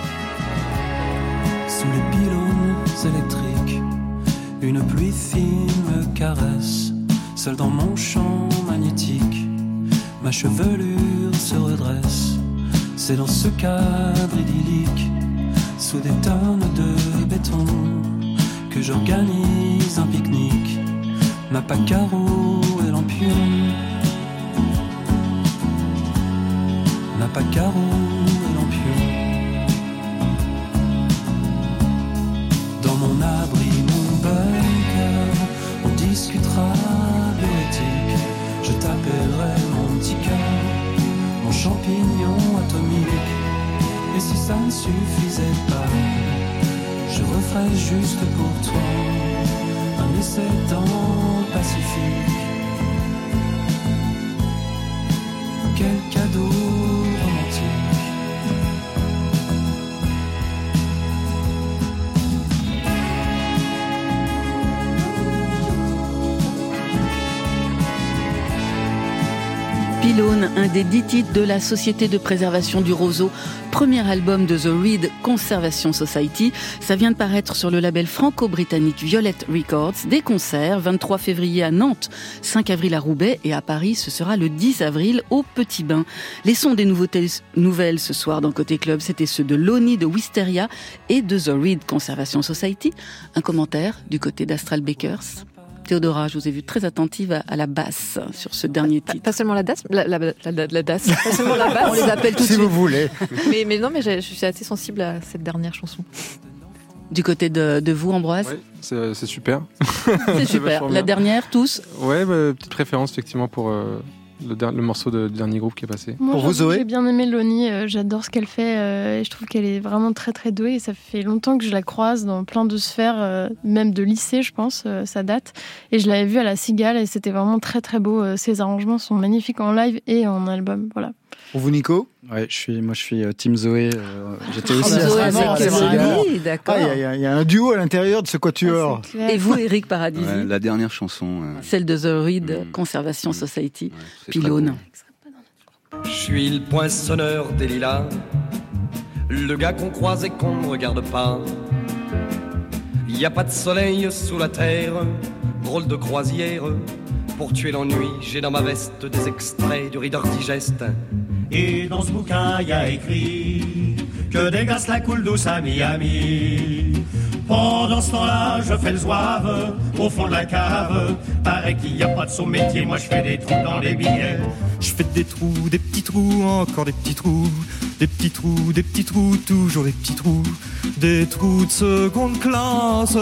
Sous les pylônes électriques, une pluie fine me caresse. Seul dans mon champ magnétique, ma chevelure se redresse. C'est dans ce cadre idyllique, sous des tonnes de béton, que j'organise un pique-nique. Ma Pacaro et lampion, ma Pacaro et lampion. Dans mon abri, mon bunker, on discutera bioéthique. Je t'appellerai mon petit cœur, mon champignon atomique. Et si ça ne suffisait pas, je referais juste pour toi un essai dans le Pacifique. Quel cadeau romantique.
Pylône, un des dix titres de la Société de Préservation du Roseau, premier album de The Reed Conservation Society. Ça vient de paraître sur le label franco-britannique Violet Records. Des concerts, vingt-trois février à Nantes, cinq avril à Roubaix et à Paris, ce sera le dix avril au Petit Bain. Les sons des nouveautés nouvelles ce soir dans Côté Club, c'était ceux de Loni, de Wisteria et de The Reed Conservation Society. Un commentaire du côté d'Astral Bakers. Théodora, je vous ai vu très attentive à, à la basse sur ce dernier titre.
Pas seulement la basse, la, la, la, la, la basse, pas seulement la basse.
On les appelle tout de
si
suite.
vous voulez.
Mais, mais non, mais je, je suis assez sensible à cette dernière chanson.
Du côté de, de vous, Ambroise?
Oui, c'est, c'est super.
C'est super. La dernière, tous?
Ouais, bah, petite préférence effectivement pour euh, le, der- le morceau de, du dernier groupe qui est passé.
Moi,
Pour vous,
j'avoue que
Zoé
j'ai bien aimé Loni, euh, j'adore ce qu'elle fait euh, et je trouve qu'elle est vraiment très très douée et ça fait longtemps que je la croise dans plein de sphères, euh, même de lycée je pense, euh, ça date. Et je l'avais vue à la Cigale et c'était vraiment très très beau, euh, ses arrangements sont magnifiques en live et en album, voilà.
Pour vous, Nico?
Ouais, je suis, moi je suis euh, Team Zoé. euh, J'étais
Ah,
aussi
bah,
à
Zoé
ce
avec
moment-là.
Elodie, d'accord.
Ah, Il y, a- il y a un duo à l'intérieur de ce quatuor.
Et vous, Eric Paradisi?
Ouais, la dernière chanson. euh,
Celle de The Reed Conservation Society,
c'est très
Pylône.
Je suis le poinçonneur des lilas, le gars qu'on croise et qu'on ne regarde pas. Y a pas de soleil sous la terre, drôle de croisière. Pour tuer l'ennui, j'ai dans ma veste des extraits du Reader Digest.
Et dans ce bouquin, y a écrit que des glaces la coule douce à Miami. Pendant ce temps-là, je fais le zouave au fond de la cave. Paraît qu'il n'y a pas de son métier, moi je fais des trous dans les billets.
Je fais des trous, des petits trous, encore des petits trous. Des petits trous, des petits trous, toujours des petits trous. Des trous de seconde classe,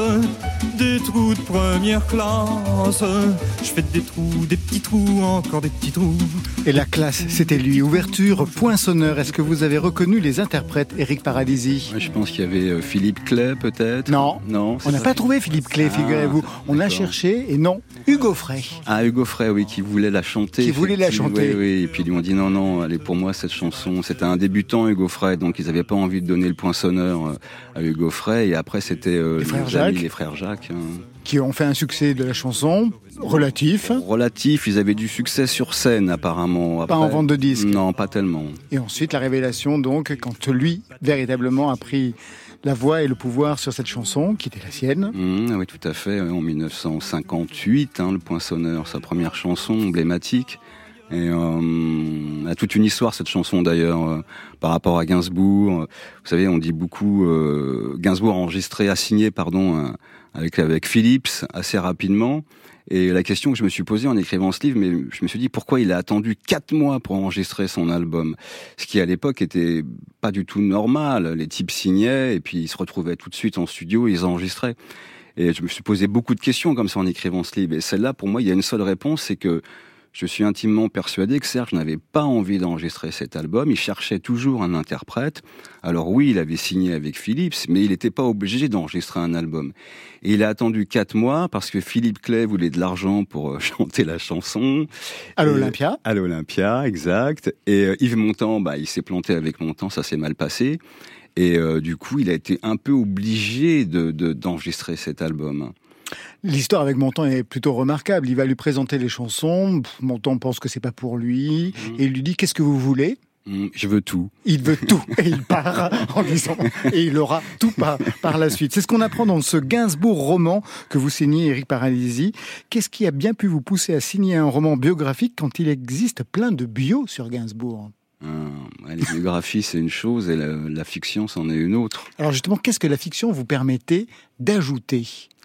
des trous de première classe. Je fais des trous, des petits trous, encore des petits trous.
Et la classe, c'était lui. Ouverture, poinçonneur. Est-ce que vous avez reconnu les interprètes, Eric Paradisi?
Ouais, je pense qu'il y avait euh, Philippe Clay, peut-être.
Non,
non
on n'a pas trouvé Philippe Clay,
Ah,
figurez-vous. On a cherché, et non, Hugo Frey.
Ah, Hugo Frey, oui, qui voulait la chanter.
Qui voulait la
effectivement.
chanter.
Oui, oui. Et puis ils lui ont dit non, non, allez, pour moi, cette chanson, c'était un débutant, Hugo Frey, donc ils n'avaient pas envie de donner le poinçonneur euh, à Hugo Frey. Et après, c'était euh,
Les frères
nos
Jacques.
amis, les frères Jacques. hein.
Qui ont fait un succès de la chanson, relatif.
Relatif, ils avaient du succès sur scène, apparemment. Après,
Pas en vente de disques.
Non, pas tellement.
Et ensuite, la révélation, donc, quand lui, véritablement, a pris la voix et le pouvoir sur cette chanson, qui était la sienne.
Mmh, oui, tout à fait. En mille neuf cent cinquante-huit, hein, le Poinçonneur, sa première chanson emblématique. Et euh, a toute une histoire, cette chanson d'ailleurs, euh, par rapport à Gainsbourg. Vous savez, on dit beaucoup, euh, Gainsbourg a enregistré, a signé, pardon, un, avec, avec Philips assez rapidement. Et la question que je me suis posée en écrivant ce livre, mais je me suis dit pourquoi il a attendu quatre mois pour enregistrer son album, ce qui à l'époque était pas du tout normal. Les types signaient et puis ils se retrouvaient tout de suite en studio et ils enregistraient. Et je me suis posé beaucoup de questions comme ça en écrivant ce livre. Et celle-là, pour moi, il y a une seule réponse, c'est que je suis intimement persuadé que Serge n'avait pas envie d'enregistrer cet album. Il cherchait toujours un interprète. Alors oui, il avait signé avec Philips, mais il n'était pas obligé d'enregistrer un album. Et il a attendu quatre mois parce que Philippe Clay voulait de l'argent pour euh, chanter la chanson.
À l'Olympia.
À l'Olympia, exact. Et euh, Yves Montand, bah, il s'est planté avec Montand, ça s'est mal passé. Et euh, du coup, il a été un peu obligé de, de, d'enregistrer cet album.
L'histoire avec Montand est plutôt remarquable. Il va lui présenter les chansons. Montand pense que c'est pas pour lui. Mmh. Et il lui dit, qu'est-ce que vous voulez?
Mmh, je veux tout.
Il veut tout. Et il part en disant, et il aura tout par, par la suite. C'est ce qu'on apprend dans ce Gainsbourg roman que vous signez, Eric Paradisi. Qu'est-ce qui a bien pu vous pousser à signer un roman biographique quand il existe plein de bio sur Gainsbourg?
Euh, les biographies, c'est une chose et la, la fiction, c'en est une autre.
Alors justement, qu'est-ce que la fiction vous permettait d'ajouter?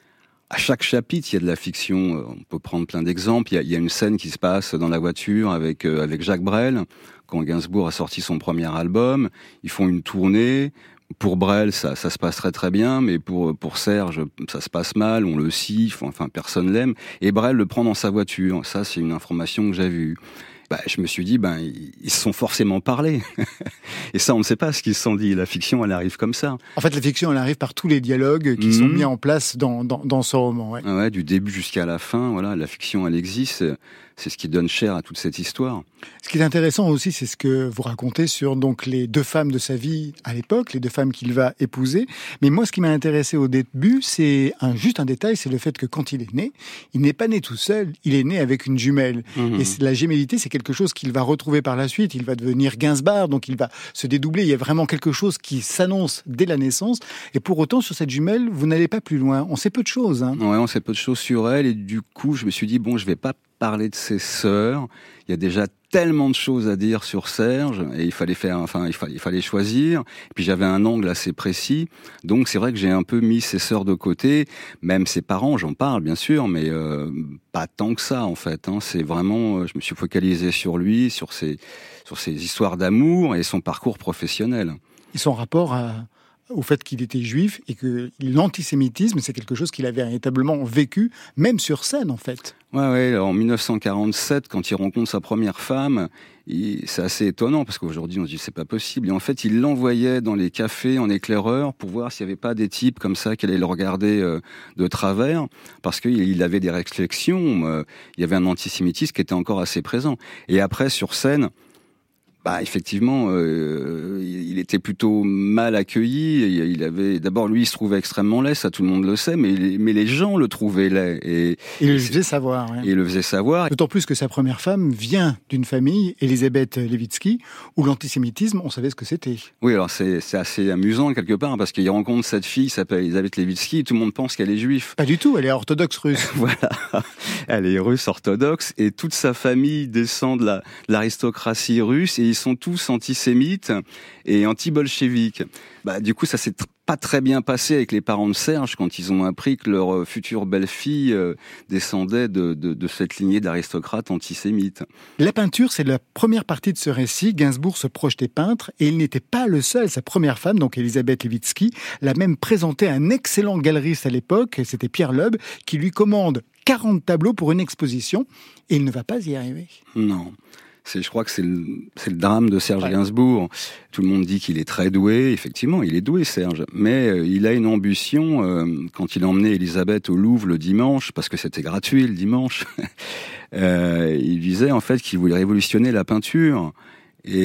À chaque chapitre, il y a de la fiction. On peut prendre plein d'exemples. Il y a, il y a une scène qui se passe dans la voiture avec, euh, avec Jacques Brel, quand Gainsbourg a sorti son premier album. Ils font une tournée. Pour Brel, ça, ça se passe très très bien, mais pour, pour Serge, ça se passe mal, on le siffle, enfin personne l'aime. Et Brel le prend dans sa voiture. Ça, c'est une information que j'ai vue. Bah, je me suis dit, ben, ils se sont forcément parlé. Et ça, on ne sait pas ce qu'ils se sont dit. La fiction, elle arrive comme ça.
En fait, la fiction, elle arrive par tous les dialogues qui mmh. sont mis en place dans, dans, dans ce roman. Ouais.
Ah ouais, du début jusqu'à la fin, voilà, la fiction, elle existe. C'est ce qui donne chair à toute cette histoire.
Ce qui est intéressant aussi, c'est ce que vous racontez sur donc les deux femmes de sa vie à l'époque, les deux femmes qu'il va épouser. Mais moi, ce qui m'a intéressé au début, c'est un, juste un détail, c'est le fait que quand il est né, il n'est pas né tout seul, il est né avec une jumelle. Mmh. Et la gémellité, c'est quelque chose qu'il va retrouver par la suite. Il va devenir Gainsbourg, donc il va se dédoubler. Il y a vraiment quelque chose qui s'annonce dès la naissance. Et pour autant, sur cette jumelle, vous n'allez pas plus loin. On sait peu de choses. Hein.
Ouais, on sait peu de choses sur elle. Et du coup, je me suis dit, bon, je vais pas parler de ses sœurs. Il y a déjà tellement de choses à dire sur Serge et il fallait faire, enfin, il fallait, il fallait choisir. Et puis j'avais un angle assez précis. Donc c'est vrai que j'ai un peu mis ses sœurs de côté. Même ses parents, j'en parle bien sûr, mais euh, pas tant que ça en fait. Hein. C'est vraiment, je me suis focalisé sur lui, sur ses, sur ses histoires d'amour et son parcours professionnel.
Et son rapport à... au fait qu'il était juif et que l'antisémitisme, c'est quelque chose qu'il avait véritablement vécu, même sur scène, en fait.
Ouais, ouais. En mille neuf cent quarante-sept, quand il rencontre sa première femme, il... c'est assez étonnant parce qu'aujourd'hui, on se dit c'est pas possible. Et en fait, il l'envoyait dans les cafés en éclaireur pour voir s'il n'y avait pas des types comme ça qui allaient le regarder euh, de travers, parce qu'il avait des réflexions. Euh, il y avait un antisémitisme qui était encore assez présent. Et après, sur scène, Bah effectivement, euh, il était plutôt mal accueilli. Il avait d'abord lui, il se trouvait extrêmement laid, ça tout le monde le sait, mais mais les gens le trouvaient laid et
il le faisait savoir. Ouais.
Il le faisait savoir.
D'autant plus que sa première femme vient d'une famille, Elisabeth Levitsky, où l'antisémitisme, on savait ce que c'était.
Oui, alors c'est c'est assez amusant quelque part parce qu'il rencontre cette fille qui s'appelle Elisabeth Levitsky, et tout le monde pense qu'elle est juive.
Pas du tout, elle est orthodoxe russe.
Voilà, elle est russe orthodoxe et toute sa famille descend de la de l'aristocratie russe et ils sont tous antisémites et anti-bolcheviques. Bah, du coup, ça s'est tr- pas très bien passé avec les parents de Serge quand ils ont appris que leur euh, future belle-fille euh, descendait de, de, de cette lignée d'aristocrates antisémites.
La peinture, c'est la première partie de ce récit. Gainsbourg se projetait peintre et il n'était pas le seul. Sa première femme, donc Elisabeth Levitsky, l'a même présenté à un excellent galeriste à l'époque, c'était Pierre Loeb, qui lui commande quarante tableaux pour une exposition et il ne va pas y arriver.
Non. C'est, je crois que c'est le, c'est le drame de Serge ouais. Gainsbourg. Tout le monde dit qu'il est très doué. Effectivement, il est doué, Serge. Mais euh, il a une ambition. Euh, quand il a emmené Elisabeth au Louvre le dimanche, parce que c'était gratuit le dimanche, euh, il disait en fait qu'il voulait révolutionner la peinture. Et,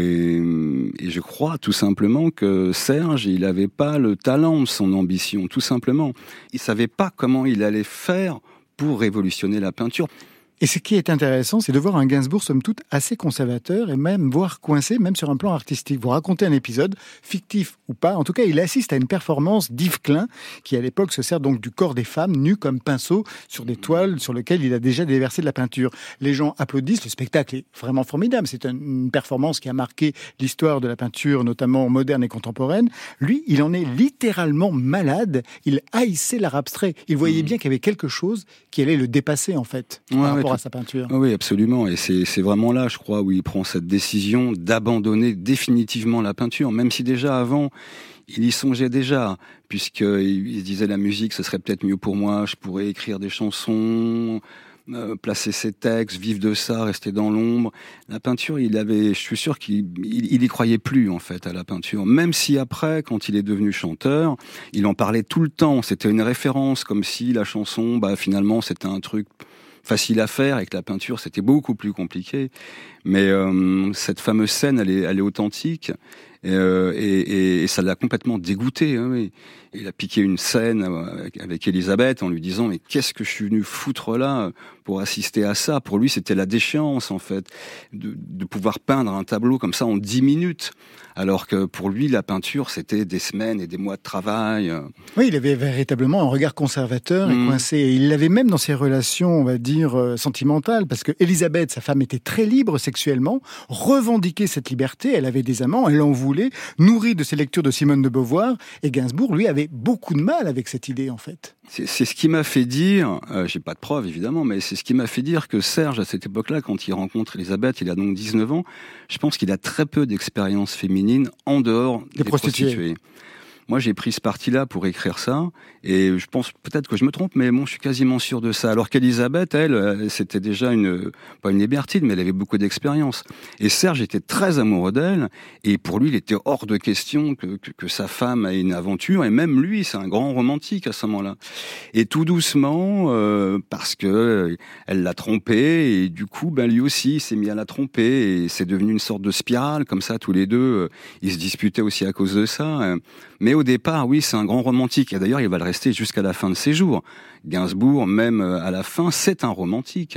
et je crois tout simplement que Serge, il n'avait pas le talent de son ambition, tout simplement. Il savait pas comment il allait faire pour révolutionner la peinture.
Et ce qui est intéressant, c'est de voir un Gainsbourg, somme toute, assez conservateur et même, voire coincé, même sur un plan artistique. Vous racontez un épisode, fictif ou pas, en tout cas, il assiste à une performance d'Yves Klein, qui à l'époque se sert donc du corps des femmes, nues comme pinceaux, sur des toiles sur lesquelles il a déjà déversé de la peinture. Les gens applaudissent, le spectacle est vraiment formidable. C'est une performance qui a marqué l'histoire de la peinture, notamment moderne et contemporaine. Lui, il en est littéralement malade. Il haïssait l'art abstrait. Il voyait bien qu'il y avait quelque chose qui allait le dépasser, en fait.
Ouais,
par rapport
ouais,
à sa peinture.
Oui, absolument. Et c'est, c'est vraiment là, je crois, où il prend cette décision d'abandonner définitivement la peinture, même si déjà avant, il y songeait déjà, puisqu'il disait la musique, ce serait peut-être mieux pour moi, je pourrais écrire des chansons, euh, placer ses textes, vivre de ça, rester dans l'ombre. La peinture, il avait, je suis sûr qu'il il, il y croyait plus, en fait, à la peinture. Même si après, quand il est devenu chanteur, il en parlait tout le temps. C'était une référence, comme si la chanson, bah, finalement, c'était un truc facile à faire, et que la peinture c'était beaucoup plus compliqué. Mais euh, cette fameuse scène, elle est, elle est authentique, et, euh, et, et, et ça l'a complètement dégoûté. Hein, oui. Il a piqué une scène avec, avec Elisabeth en lui disant mais qu'est-ce que je suis venu foutre là pour assister à ça. Pour lui, c'était la déchéance en fait de, de pouvoir peindre un tableau comme ça en dix minutes. Alors que pour lui, la peinture, c'était des semaines et des mois de travail.
Oui, il avait véritablement un regard conservateur et mmh. coincé. Et il l'avait même dans ses relations, on va dire, euh, sentimentales, parce que Elisabeth, sa femme, était très libre sexuellement, revendiquait cette liberté, elle avait des amants, elle en voulait, nourrie de ses lectures de Simone de Beauvoir, et Gainsbourg, lui, avait beaucoup de mal avec cette idée, en fait.
C'est, c'est ce qui m'a fait dire, euh, j'ai pas de preuves évidemment, mais c'est ce qui m'a fait dire que Serge, à cette époque-là, quand il rencontre Elisabeth, il a donc dix-neuf ans, je pense qu'il a très peu d'expérience féminine en dehors des, des prostituées. prostituées. Moi, j'ai pris ce parti-là pour écrire ça, et je pense peut-être que je me trompe, mais bon, je suis quasiment sûr de ça. Alors qu'Elisabeth, elle, c'était déjà une, pas une libertine, mais elle avait beaucoup d'expérience. Et Serge était très amoureux d'elle, et pour lui, il était hors de question que, que, que sa femme ait une aventure, et même lui, c'est un grand romantique à ce moment-là. Et tout doucement, euh, parce que elle l'a trompé, et du coup, ben lui aussi, il s'est mis à la tromper, et c'est devenu une sorte de spirale, comme ça, tous les deux, ils se disputaient aussi à cause de ça. Mais au départ, oui, c'est un grand romantique. Et d'ailleurs, il va le rester jusqu'à la fin de ses jours. Gainsbourg, même à la fin, c'est un romantique.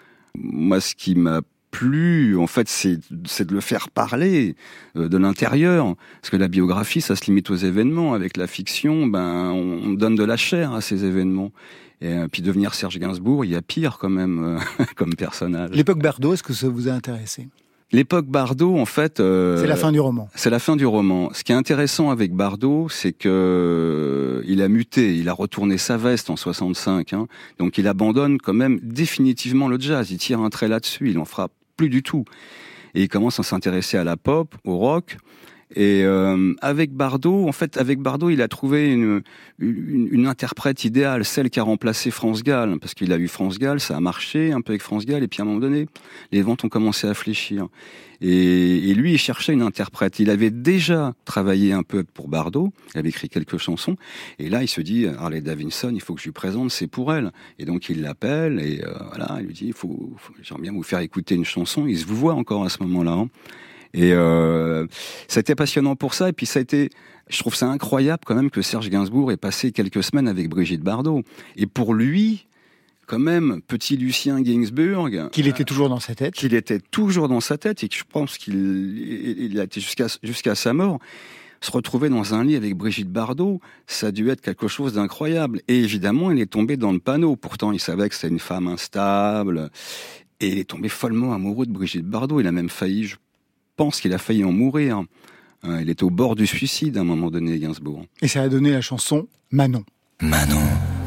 Moi, ce qui m'a plu, en fait, c'est, c'est de le faire parler de l'intérieur. Parce que la biographie, ça se limite aux événements. Avec la fiction, ben, on donne de la chair à ces événements. Et puis devenir Serge Gainsbourg, il y a pire quand même comme personnage.
L'époque Bardot, est-ce que ça vous a intéressé ?
L'époque Bardot, en fait... Euh,
c'est la fin du roman.
C'est la fin du roman. Ce qui est intéressant avec Bardot, c'est que euh, il a muté, il a retourné sa veste en soixante-cinq. Hein, donc il abandonne quand même définitivement le jazz. Il tire un trait là-dessus, il en fera plus du tout. Et il commence à s'intéresser à la pop, au rock. Et euh, avec Bardot, en fait, avec Bardot, il a trouvé une, une, une interprète idéale, celle qui a remplacé France Gall, parce qu'il a eu France Gall, ça a marché un peu avec France Gall, et puis à un moment donné, les ventes ont commencé à fléchir. Et, et lui, il cherchait une interprète. Il avait déjà travaillé un peu pour Bardot, il avait écrit quelques chansons, et là, il se dit, Harley Davidson, il faut que je lui présente, c'est pour elle. Et donc, il l'appelle, et euh, voilà, il lui dit, il faut, faut, j'aimerais bien vous faire écouter une chanson. Il se vous voit encore à ce moment-là, hein. Et euh, ça a été passionnant pour ça. Et puis ça a été, je trouve ça incroyable quand même que Serge Gainsbourg ait passé quelques semaines avec Brigitte Bardot. Et pour lui, quand même, petit Lucien Gainsbourg...
Qu'il était toujours dans sa tête.
Qu'il était toujours dans sa tête et que je pense qu'il il a été jusqu'à jusqu'à sa mort. Se retrouver dans un lit avec Brigitte Bardot, ça a dû être quelque chose d'incroyable. Et évidemment, il est tombé dans le panneau. Pourtant, il savait que c'était une femme instable. Et il est tombé follement amoureux de Brigitte Bardot. Il a même failli, je pense qu'il a failli en mourir. Il était au bord du suicide à un moment donné, Gainsbourg.
Et ça a donné la chanson Manon.
Manon.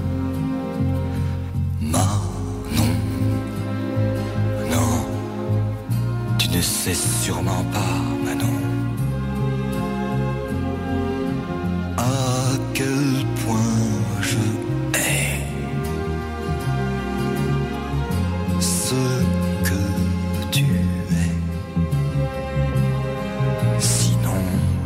Manon. Non. Tu ne sais sûrement pas, Manon. À quel point je hais ce que tu es. Sinon,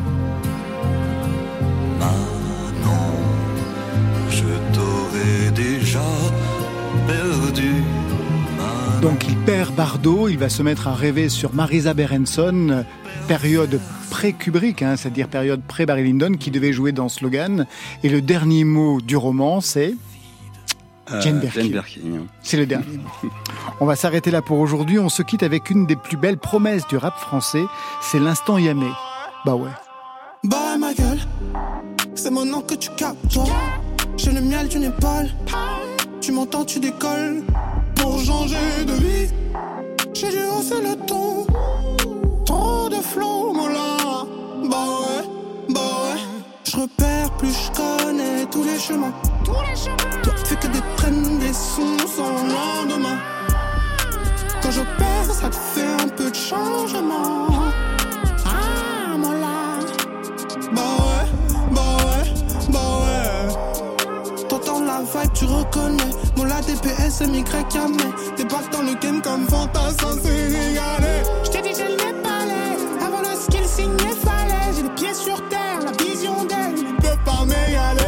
Manon, je t'aurais déjà perdu. Manon.
Donc il perd Bardot, il va se mettre à rêver sur Marisa Berenson, période pré-Kubrick, hein, c'est-à-dire période pré-Barry Lyndon, qui devait jouer dans Slogan. Et le dernier mot du roman, c'est
euh,
Jane Birkin.
Jane Birkin.
C'est le dernier mot. On va s'arrêter là pour aujourd'hui. On se quitte avec une des plus belles promesses du rap français. C'est l'instant Yamé. Bah ouais.
Bah ma gueule, c'est mon nom que tu captes, toi. J'ai le miel d'une épaule. Tu m'entends, tu décolles. Pour changer de vie, j'ai dû hausser le ton. Trop de flow, mon là. Bah ouais, bah ouais. Je repère plus, je connais tous les chemins. Tous les chemins. Toi, tu fais que des traînes, des sons sans lendemain. Quand j'opère, ça te fait un peu de changement. Ah, mon là. Bah ouais, bah ouais, bah ouais. T'entends la vibe, tu reconnais. Mon la D P S, M Y Yamé. Débarque dans le game comme fantassin sénégalais. J't'ai dit, j'ai les palais. Avant le skill signé, fallait. J'ai les pieds sur terre, la vision d'elle. Il ne peut pas m'égaler.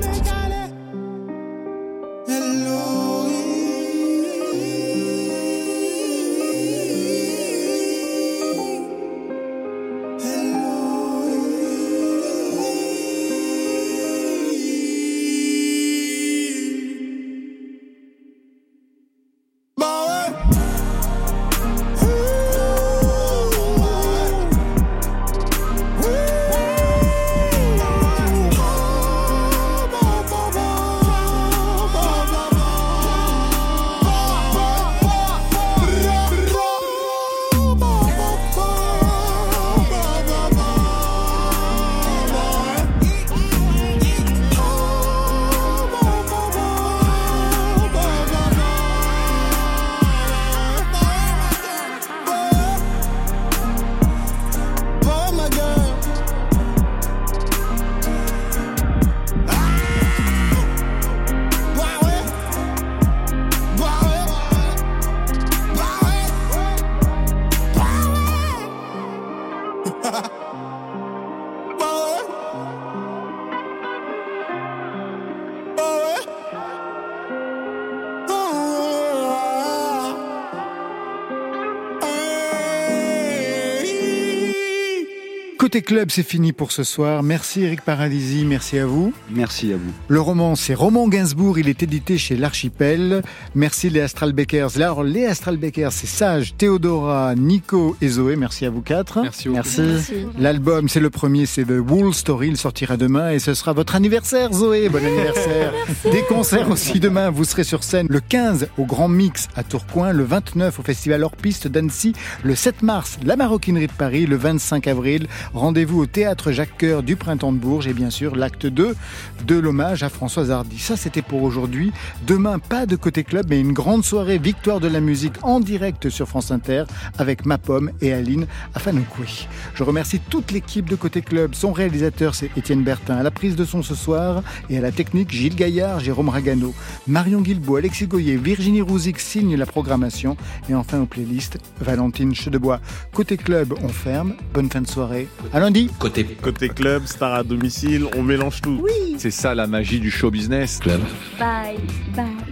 Hello.
Côté club, c'est fini pour ce soir. Merci Eric Paradisi, merci à vous.
Merci à vous.
Le roman, c'est Roman Gainsbourg, il est édité chez l'Archipel. Merci les Astral Bakers. Là, alors, les Astral Bakers, c'est Sage, Théodora, Nico et Zoé. Merci à vous quatre.
Merci beaucoup.
Merci.
Merci.
L'album, c'est le premier, c'est The Wool Story. Il sortira demain et ce sera votre anniversaire, Zoé. Bon anniversaire. Des concerts aussi demain. Vous serez sur scène le quinze au Grand Mix à Tourcoing, le vingt-neuf au Festival Hors Piste d'Annecy, le sept mars, la Maroquinerie de Paris, le vingt-cinq avril, rendez-vous au Théâtre Jacques Coeur du Printemps de Bourges et bien sûr l'acte deux de l'hommage à Françoise Hardy. Ça, c'était pour aujourd'hui. Demain, pas de Côté Club, mais une grande soirée Victoire de la musique en direct sur France Inter avec Ma Pomme et Aline Afanoukoué. Je remercie toute l'équipe de Côté Club. Son réalisateur, c'est Étienne Bertin. À la prise de son ce soir et à la technique, Gilles Gaillard, Jérôme Ragano, Marion Guilbault, Alexis Goyer, Virginie Rouzic signe la programmation et enfin aux playlists, Valentine Chedebois. Côté Club, on ferme. Bonne fin de soirée. À lundi.
Côté,
Côté club, star à domicile, on mélange tout.
Oui.
C'est ça la magie du show business. Club.
Bye, bye.